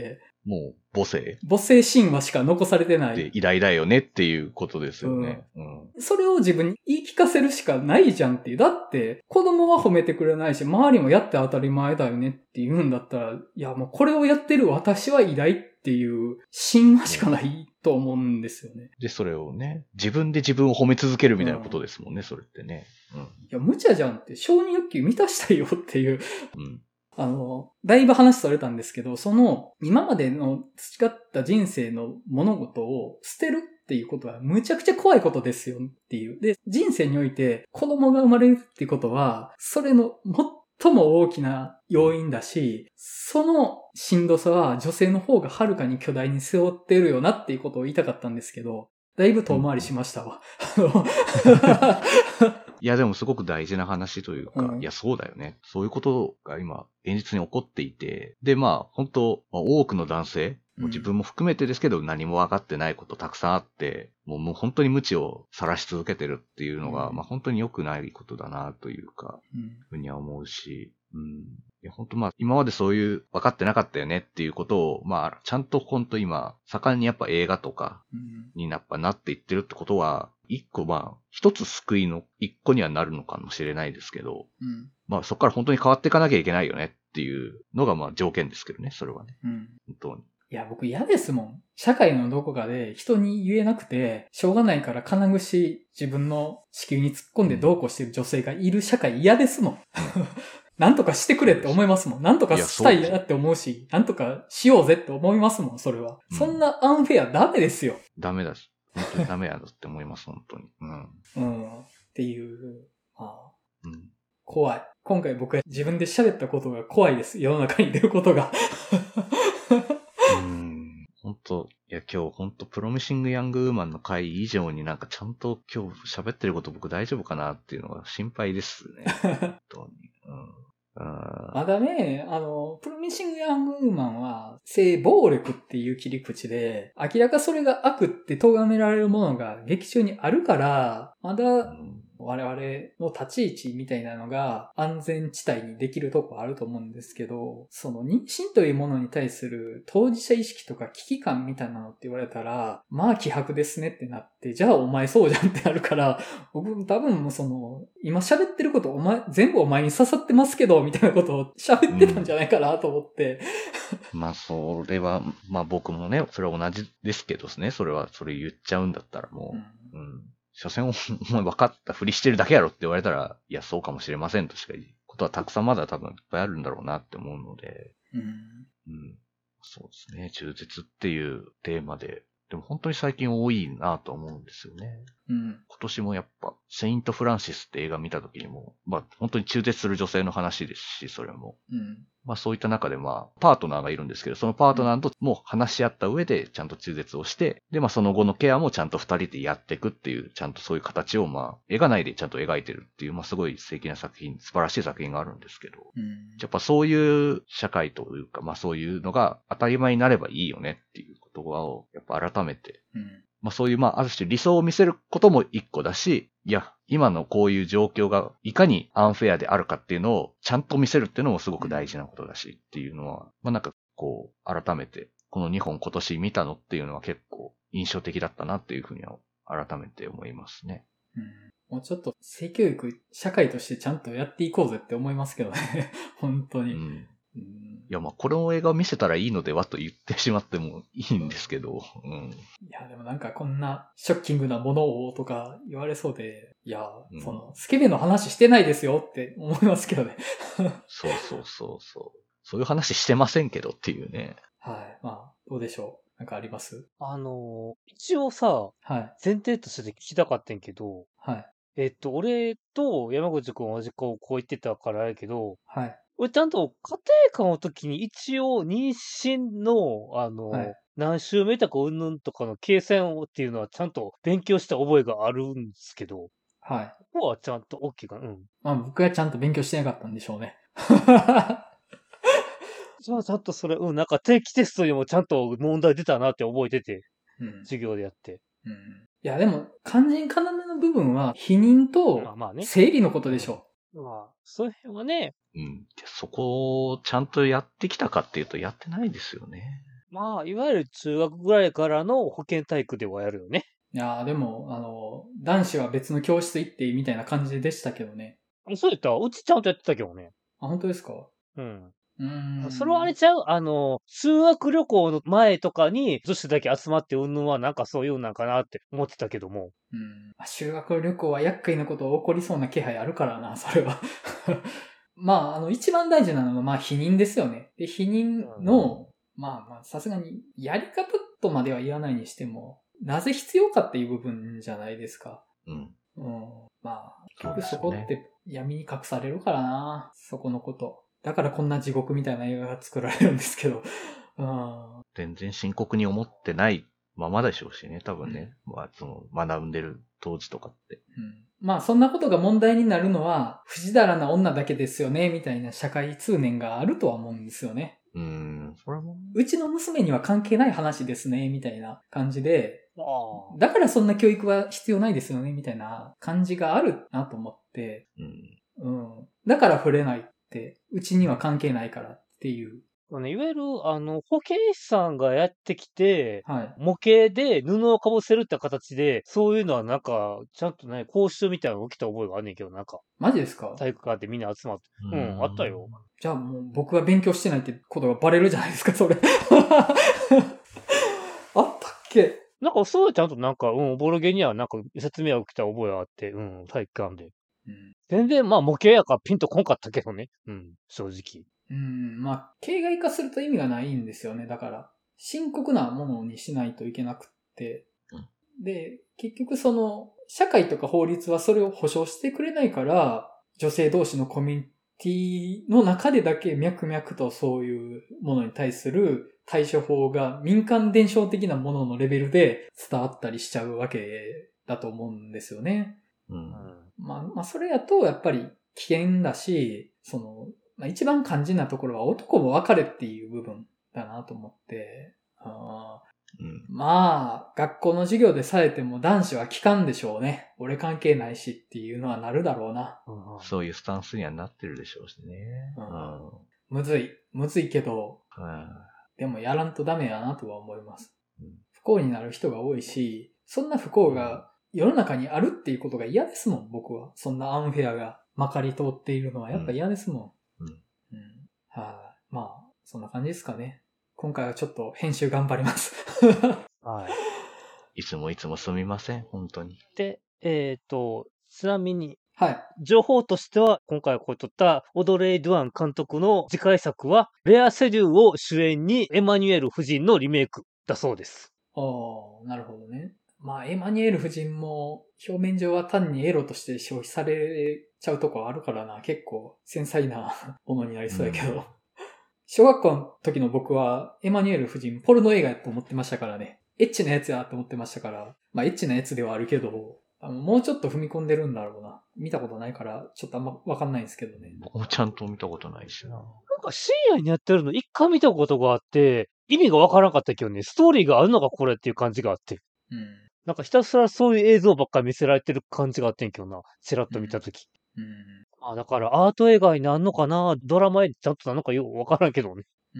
[SPEAKER 3] もう母性
[SPEAKER 1] 母性神話しか残されてない。
[SPEAKER 3] で偉大だよねっていうことですよね、うん
[SPEAKER 1] うん。それを自分に言い聞かせるしかないじゃんっていう。だって子供は褒めてくれないし、周りもやって当たり前だよねって言うんだったら、いやもうこれをやってる私は偉大っていう神話しかないと思うんですよね。
[SPEAKER 3] で、それをね、自分で自分を褒め続けるみたいなことですもんね、うん、それってね。うん、い
[SPEAKER 1] や、無茶じゃんって、承認欲求満たしたいよっていう。
[SPEAKER 3] うん
[SPEAKER 1] あの、だいぶ話それたんですけど、その、今までの培った人生の物事を捨てるっていうことはむちゃくちゃ怖いことですよっていう。で、人生において子供が生まれるっていうことは、それの最も大きな要因だし、そのしんどさは女性の方がはるかに巨大に背負ってるよなっていうことを言いたかったんですけど、だいぶ遠回りしましたわ。
[SPEAKER 3] いや、でもすごく大事な話というか、
[SPEAKER 1] うん、
[SPEAKER 3] いや、そうだよね。そういうことが今、現実に起こっていて、で、まあ、本当、まあ、多くの男性、もう自分も含めてですけど、何も分かってないことたくさんあって、もうもう本当に無知を晒し続けてるっていうのが、うん、まあ本当に良くないことだなというか、うん、ふうには思うし、うん。いや、本当まあ、今までそういう分かってなかったよねっていうことを、まあ、ちゃんと本当今、盛んにやっぱ映画とかにやっぱなっていってるってことは、一個まあ、一つ救いの一個にはなるのかもしれないですけど、うん、まあそこから本当に変わっていかなきゃいけないよねっていうのがまあ条件ですけどね、それはね。うん、本当に。
[SPEAKER 1] いや、僕嫌ですもん。社会のどこかで人に言えなくて、しょうがないから金串自分の子宮に突っ込んでどうこうしてる女性がいる社会嫌ですもん。なんとかしてくれって思いますもん。なんとかしたいなって思うし、なんとかしようぜって思いますもん、それは。うん、そんなアンフェアダメですよ。
[SPEAKER 3] ダメだし。本当にダメやだって思います、本当に。うん。
[SPEAKER 1] うん。っていう、まあ、うん、怖い。今回僕は自分で喋ったことが怖いです。世の中に出ることが。
[SPEAKER 3] うん。本当いや今日本当プロミシングヤングウーマンの回以上になんかちゃんと今日喋ってること僕大丈夫かなっていうのが心配ですね。本当に。うん
[SPEAKER 1] まだね、あの、プロミシングヤングウーマンは性暴力っていう切り口で、明らかそれが悪って咎められるものが劇中にあるから、まだ、うん我々の立ち位置みたいなのが安全地帯にできるとこあると思うんですけど、その妊娠というものに対する当事者意識とか危機感みたいなのって言われたら、まあ希薄ですねってなって、じゃあお前そうじゃんってなるから、僕多分もうその、今喋ってることお前、全部お前に刺さってますけど、みたいなことを喋ってたんじゃないかなと思って。
[SPEAKER 3] うん、まあそれは、まあ僕もね、それは同じですけどね、それは、それ言っちゃうんだったらもう、うん、うん所詮お前分かったふりしてるだけやろって言われたら、いや、そうかもしれませんとしか言うことはたくさんまだ多分いっぱいあるんだろうなって思うので、うん。うん。そうですね。中絶っていうテーマで、でも本当に最近多いなと思うんですよね。うん。今年もやっぱ、セイント・フランシスって映画見た時にも、まあ本当に中絶する女性の話ですし、それも。うん。まあそういった中でまあ、パートナーがいるんですけど、そのパートナーともう話し合った上でちゃんと中絶をして、でまあその後のケアもちゃんと二人でやっていくっていう、ちゃんとそういう形をまあ、描ないでちゃんと描いてるっていう、まあすごい素敵な作品、素晴らしい作品があるんですけど、うん、やっぱそういう社会というか、まあそういうのが当たり前になればいいよねっていう言葉を、やっぱ改めて、うんまあそういうまあある種理想を見せることも一個だし、いや、今のこういう状況がいかにアンフェアであるかっていうのをちゃんと見せるっていうのもすごく大事なことだしっていうのは、まあなんかこう改めてこのにほん今年見たのっていうのは結構印象的だったなっていうふうには改めて思いますね。
[SPEAKER 1] うん、もうちょっと性教育社会としてちゃんとやっていこうぜって思いますけどね。本当に。うん
[SPEAKER 3] うん、いや、まあ、この映画を見せたらいいのではと言ってしまってもいいんですけど、うん。
[SPEAKER 1] いや、でもなんかこんなショッキングなものをとか言われそうで、いや、うん、その、スケベの話してないですよって思いますけどね。
[SPEAKER 3] そうそうそうそう。そういう話してませんけどっていうね。
[SPEAKER 1] はい。まあ、どうでしょう。なんかあります？
[SPEAKER 2] あのー、一応さ、はい、前提として聞きたかったんけど、はい。えっと、俺と山口くん同じ高校行ってたからやけど、はい。俺ちゃんと家庭科の時に一応妊娠の、あの、はい、何週目とかうんぬんとかの計算をっていうのはちゃんと勉強した覚えがあるんですけど、はい。ここはちゃんと OK かな。うん。
[SPEAKER 1] まあ僕はちゃんと勉強してなかったんでしょうね。
[SPEAKER 2] じゃあちゃんとそれ、うん、なんか定期テストにもちゃんと問題出たなって覚えてて、うん、授業でやって。
[SPEAKER 1] うん、いやでも、肝心要の部分は、避妊と、生理のことでしょう。
[SPEAKER 2] まあ、まあね、まあ、そういう辺はね。
[SPEAKER 3] うん。そこをちゃんとやってきたかっていうと、やってないですよね。
[SPEAKER 2] まあ、いわゆる中学ぐらいからの保健体育ではやるよね。
[SPEAKER 1] いやーでも、あの、男子は別の教室行ってみたいな感じでしたけどね。
[SPEAKER 2] そうやったら、うちちゃんとやってたけどね。
[SPEAKER 1] あ、本当ですか？
[SPEAKER 2] うん。
[SPEAKER 1] うーん。
[SPEAKER 2] それはあれちゃうあの、修学旅行の前とかに女子だけ集まってうんぬんはなんかそういうなんかなって思ってたけども。
[SPEAKER 1] うん。修学旅行は厄介なこと起こりそうな気配あるからな、それは。まあ、あの、一番大事なのは、まあ、否認ですよね。で、否認の、まあまあ、さすがに、やり方とまでは言わないにしても、なぜ必要かっていう部分じゃないですか。
[SPEAKER 3] うん。
[SPEAKER 1] うん。まあ、
[SPEAKER 3] そうですよね
[SPEAKER 1] そこって闇に隠されるからな、そこのこと。だからこんな地獄みたいな映画が作られるんですけど。うん。
[SPEAKER 3] 全然深刻に思ってないままでしょうしね、多分ね。まあ、その、学んでる当時とかって。
[SPEAKER 1] うんまあそんなことが問題になるのは不死だらな女だけですよねみたいな社会通念があるとは思うんですよね。
[SPEAKER 3] うーん、それも。
[SPEAKER 1] うちの娘には関係ない話ですねみたいな感じで、
[SPEAKER 2] あ
[SPEAKER 1] だからそんな教育は必要ないですよねみたいな感じがあるなと思って、
[SPEAKER 3] うん。
[SPEAKER 1] うん、だから触れないってうちには関係ないからっていう。
[SPEAKER 2] ね、いわゆる、あの、保健師さんがやってきて、
[SPEAKER 1] はい。
[SPEAKER 2] 模型で布をかぶせるって形で、そういうのはなんか、ちゃんとね、講習みたいなの起きた覚えがあんねんけど、なんか、
[SPEAKER 1] マジですか？
[SPEAKER 2] 体育館でみんな集まって。うん、あったよ。
[SPEAKER 1] じゃあもう僕は勉強してないってことがバレるじゃないですか、それ。あったっけ？
[SPEAKER 2] なんか、そうちゃんとなんか、うん、ボロゲにはなんか説明が起きた覚えがあって、うん、体育館で。
[SPEAKER 1] うん、
[SPEAKER 2] 全然、まあ、模型やからピンとこんかったけどね。うん、正直。
[SPEAKER 1] うん、まあ、形骸化すると意味がないんですよね。だから、深刻なものにしないといけなくって。で、結局その、社会とか法律はそれを保障してくれないから、女性同士のコミュニティの中でだけ脈々とそういうものに対する対処法が民間伝承的なもののレベルで伝わったりしちゃうわけだと思うんですよね。
[SPEAKER 3] うん。
[SPEAKER 1] まあ、まあ、それやとやっぱり危険だし、その、まあ、一番肝心なところは男も別れっていう部分だなと思って、あ
[SPEAKER 3] うん、
[SPEAKER 1] まあ、学校の授業でされても男子は聞かんでしょうね。俺関係ないしっていうのはなるだろうな。
[SPEAKER 2] うん、
[SPEAKER 3] そういうスタンスにはなってるでしょうしね。
[SPEAKER 1] うん
[SPEAKER 3] うん、
[SPEAKER 1] むずい。むずいけど、
[SPEAKER 3] うん、
[SPEAKER 1] でもやらんとダメやなとは思います。
[SPEAKER 3] うん、
[SPEAKER 1] 不幸になる人が多いし、そんな不幸が世の中にあるっていうことが嫌ですもん、僕は。そんなアンフェアがまかり通っているのはやっぱ嫌ですもん。
[SPEAKER 3] うん
[SPEAKER 1] うん、はい、あ、まあ、そんな感じですかね。今回はちょっと編集頑張ります。
[SPEAKER 2] はい。
[SPEAKER 3] いつもいつもすみません、本当に。
[SPEAKER 2] で、えっ、ー、と、ちなみに、
[SPEAKER 1] はい。
[SPEAKER 2] 情報としては、今回こう撮ったオドレイ・ドゥアン監督の次回作は、レア・セデューを主演にエマニュエル夫人のリメイクだそうです。
[SPEAKER 1] ああ、なるほどね。まあ、エマニュエル夫人も表面上は単にエロとして消費されちゃうとこあるからな、結構繊細なものになりそうやけど。うん、小学校の時の僕はエマニュエル夫人ポルノ映画やと思ってましたからね。エッチなやつやと思ってましたから。まあ、エッチなやつではあるけど、あのもうちょっと踏み込んでるんだろうな。見たことないから、ちょっとあんまわかんないんですけどね。
[SPEAKER 3] 僕もちゃんと見たことないしな。
[SPEAKER 2] なんか深夜にやってるの一回見たことがあって、意味がわからなかったけどね、ストーリーがあるのかこれっていう感じがあって。うん。なんかひたすらそういう映像ばっかり見せられてる感じがあってんけどな。チラッと見たとき。うん。うん、あ、だからアート映画になんのかな、ドラマへちゃんとなのかよくわからんけどね。
[SPEAKER 1] うん。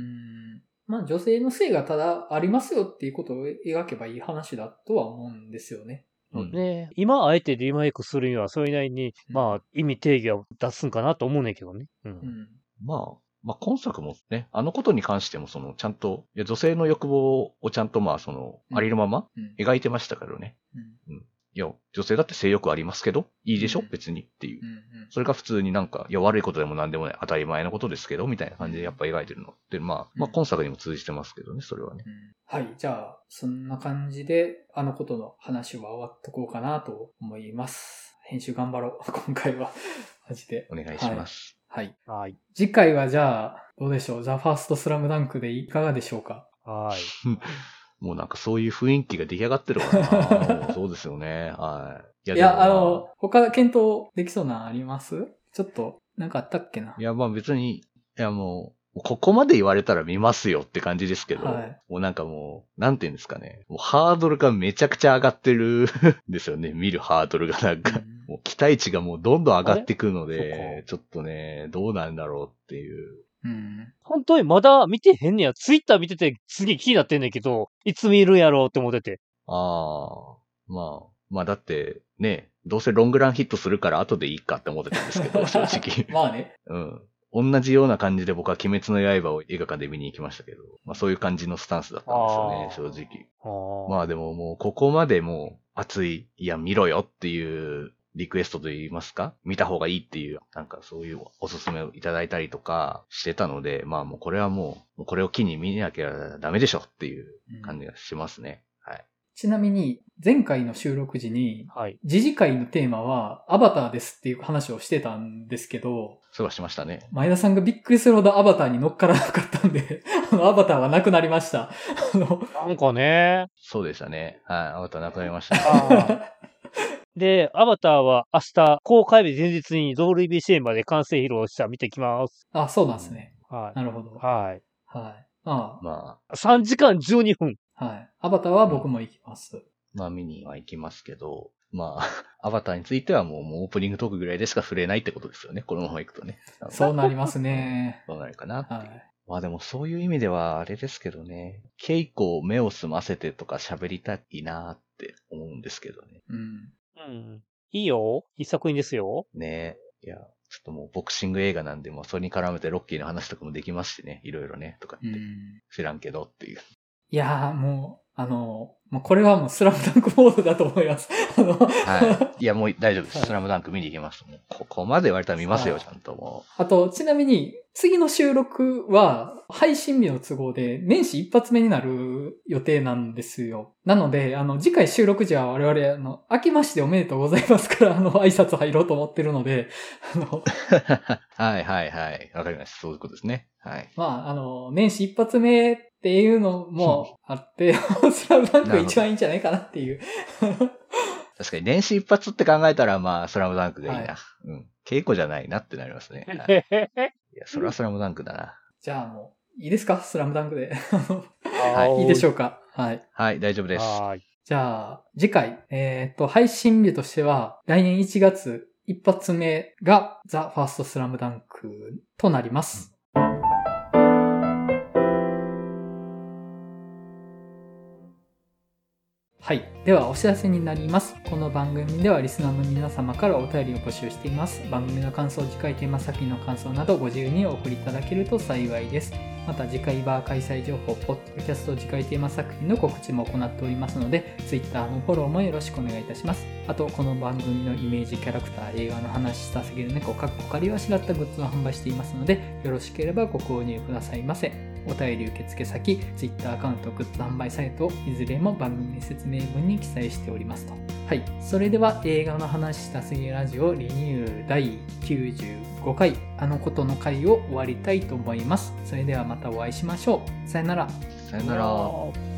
[SPEAKER 1] まあ女性の性がただありますよっていうことを描けばいい話だとは思うんですよね。
[SPEAKER 2] うん、ね、今あえてリメイクするにはそれなりに、うん、まあ意味定義を出すんかなと思うねんけどね。うん。うん、
[SPEAKER 3] まあ、まあ今作もね、あのことに関してもそのちゃんと、いや女性の欲望をちゃんとまあその、ありのまま描いてましたからね。うん。うん、いや、女性だって性欲ありますけど、いいでしょ、うん、別にっていう。うんうん、それが普通になんか、いや悪いことでもなんでもない、当たり前のことですけど、みたいな感じでやっぱ描いてるのって、まあ、まあ今作にも通じてますけどね、それはね。うん、
[SPEAKER 1] はい、じゃあ、そんな感じで、あのことの話は終わっとこうかなと思います。編集頑張ろう、今回は。マジで。
[SPEAKER 3] お願いします。
[SPEAKER 1] はい。
[SPEAKER 2] はい。はい、
[SPEAKER 1] 次回はじゃあ、どうでしょう、ザ・ファースト・スラムダンクでいかがでしょうか。
[SPEAKER 2] はい。
[SPEAKER 3] もうなんかそういう雰囲気が出来上がってるからな。そうですよね。はい。
[SPEAKER 1] いや、いやあの、他検討できそうなのあります？ちょっと、なんかあったっけな。
[SPEAKER 3] いや、まあ別に、いやもう、ここまで言われたら見ますよって感じですけど、はい、もうなんかもう、なんていうんですかね。もうハードルがめちゃくちゃ上がってるんですよね。見るハードルがなんか、うん、もう期待値がもうどんどん上がってくるので、ちょっとね、どうなんだろうっていう。
[SPEAKER 1] うん。
[SPEAKER 2] 本当にまだ見てへんねや。ツイッター見ててすげえ気になってんねんけど、いつ見るんやろうって思ってて。
[SPEAKER 3] ああ、まあ、まあだって、ね、どうせロングランヒットするから後でいいかって思ってたんですけど、正直。
[SPEAKER 1] まあね。
[SPEAKER 3] うん。同じような感じで僕は鬼滅の刃を映画館で見に行きましたけど、まあそういう感じのスタンスだったんですよね、正直。
[SPEAKER 2] あ
[SPEAKER 3] まあでももうここまでもう熱い、いや見ろよっていうリクエストと言いますか、見た方がいいっていう、なんかそういうおすすめをいただいたりとかしてたので、まあもうこれはもう、もうこれを機に見なきゃダメでしょっていう感じがしますね。うん、はい。
[SPEAKER 1] ちなみに、前回の収録時に、
[SPEAKER 2] はい。
[SPEAKER 1] 次次回のテーマは、アバターですっていう話をしてたんですけど、
[SPEAKER 3] そうはしましたね。
[SPEAKER 1] 前田さんがびっくりするほどアバターに乗っからなかったんで、あの、アバターはなくなりました。あの、
[SPEAKER 2] なんかね。
[SPEAKER 3] そうでしたね。はい。アバターなくなりましたね。
[SPEAKER 2] で、アバターは明日、公開日前日にドールビーシーエムまで完成披露した見てきます。
[SPEAKER 1] あ、そうなんですね。
[SPEAKER 2] はい。
[SPEAKER 1] なるほど。
[SPEAKER 2] はい。
[SPEAKER 1] はい。まあ。
[SPEAKER 3] ま
[SPEAKER 2] あ。さんじかんじゅうにふん。
[SPEAKER 1] はい。アバターは僕も行きます。
[SPEAKER 3] まあ見には行きますけど、まあ、アバターについてはもう、もうオープニングトークぐらいでしか触れないってことですよね。このまま行くとね。
[SPEAKER 1] そうなりますね。
[SPEAKER 3] そうなるかなっていう。
[SPEAKER 1] はい。
[SPEAKER 3] まあでもそういう意味ではあれですけどね。稽古を目を澄ませてとか喋りたいなって思うんですけどね。
[SPEAKER 1] うん。
[SPEAKER 2] うん。いいよ。いい作品ですよ。
[SPEAKER 3] ねえ。いや、ちょっともうボクシング映画なんで、もうそれに絡めてロッキーの話とかもできますしね。いろいろね。とかって。知らんけどっていう。
[SPEAKER 1] いやーもう、あの、もうこれはもうスラムダンクモードだと思います。あの
[SPEAKER 3] はい。いやもう大丈夫です。スラムダンク見に行きます。もうここまで言われたら見ますよ、ちゃんとも
[SPEAKER 1] う。あと、ちなみに、次の収録は、配信日の都合で、年始一発目になる予定なんですよ。なので、あの、次回収録時は我々、あの、明けましておめでとうございますから、あの、挨拶入ろうと思ってるので、あの、
[SPEAKER 3] はいはいはい。わかりました。そういうことですね。はい。
[SPEAKER 1] まあ、あの、年始一発目っていうのもあって、スラムダンクが一番いいんじゃないかなっていう。
[SPEAKER 3] 確かに年始一発って考えたら、まあ、スラムダンクがいいな。はい、うん。稽古じゃないなってなりますね。はい、いや、それはスラムダンクだな。
[SPEAKER 1] じゃあもう、いいですかスラムダンクで。はい。いいでしょうかはい。
[SPEAKER 3] はい、大丈夫です。はい。
[SPEAKER 1] じゃあ、次回、えっと、配信日としては、来年いちがつ一発目が、ザ・ファーストスラムダンクとなります。うんはい。では、お知らせになります。この番組ではリスナーの皆様からお便りを募集しています。番組の感想、次回テーマ作品の感想などご自由にお送りいただけると幸いです。また次回バー開催情報、ポッドキャスト次回テーマ作品の告知も行っておりますので、Twitter のフォローもよろしくお願いいたします。あと、この番組のイメージキャラクター、映画の話したすぎる猫、かっこかりはしだったグッズを販売していますので、よろしければご購入くださいませ。お便り受付先、Twitter アカウント、グッズ販売サイト、いずれも番組説明文に記載しておりますと。はい。それでは映画の話したすぎラジオリニューアルだいきゅうじゅうごかい、あのことの回を終わりたいと思います。それではまたお会いしましょう。さよなら。
[SPEAKER 3] さよなら。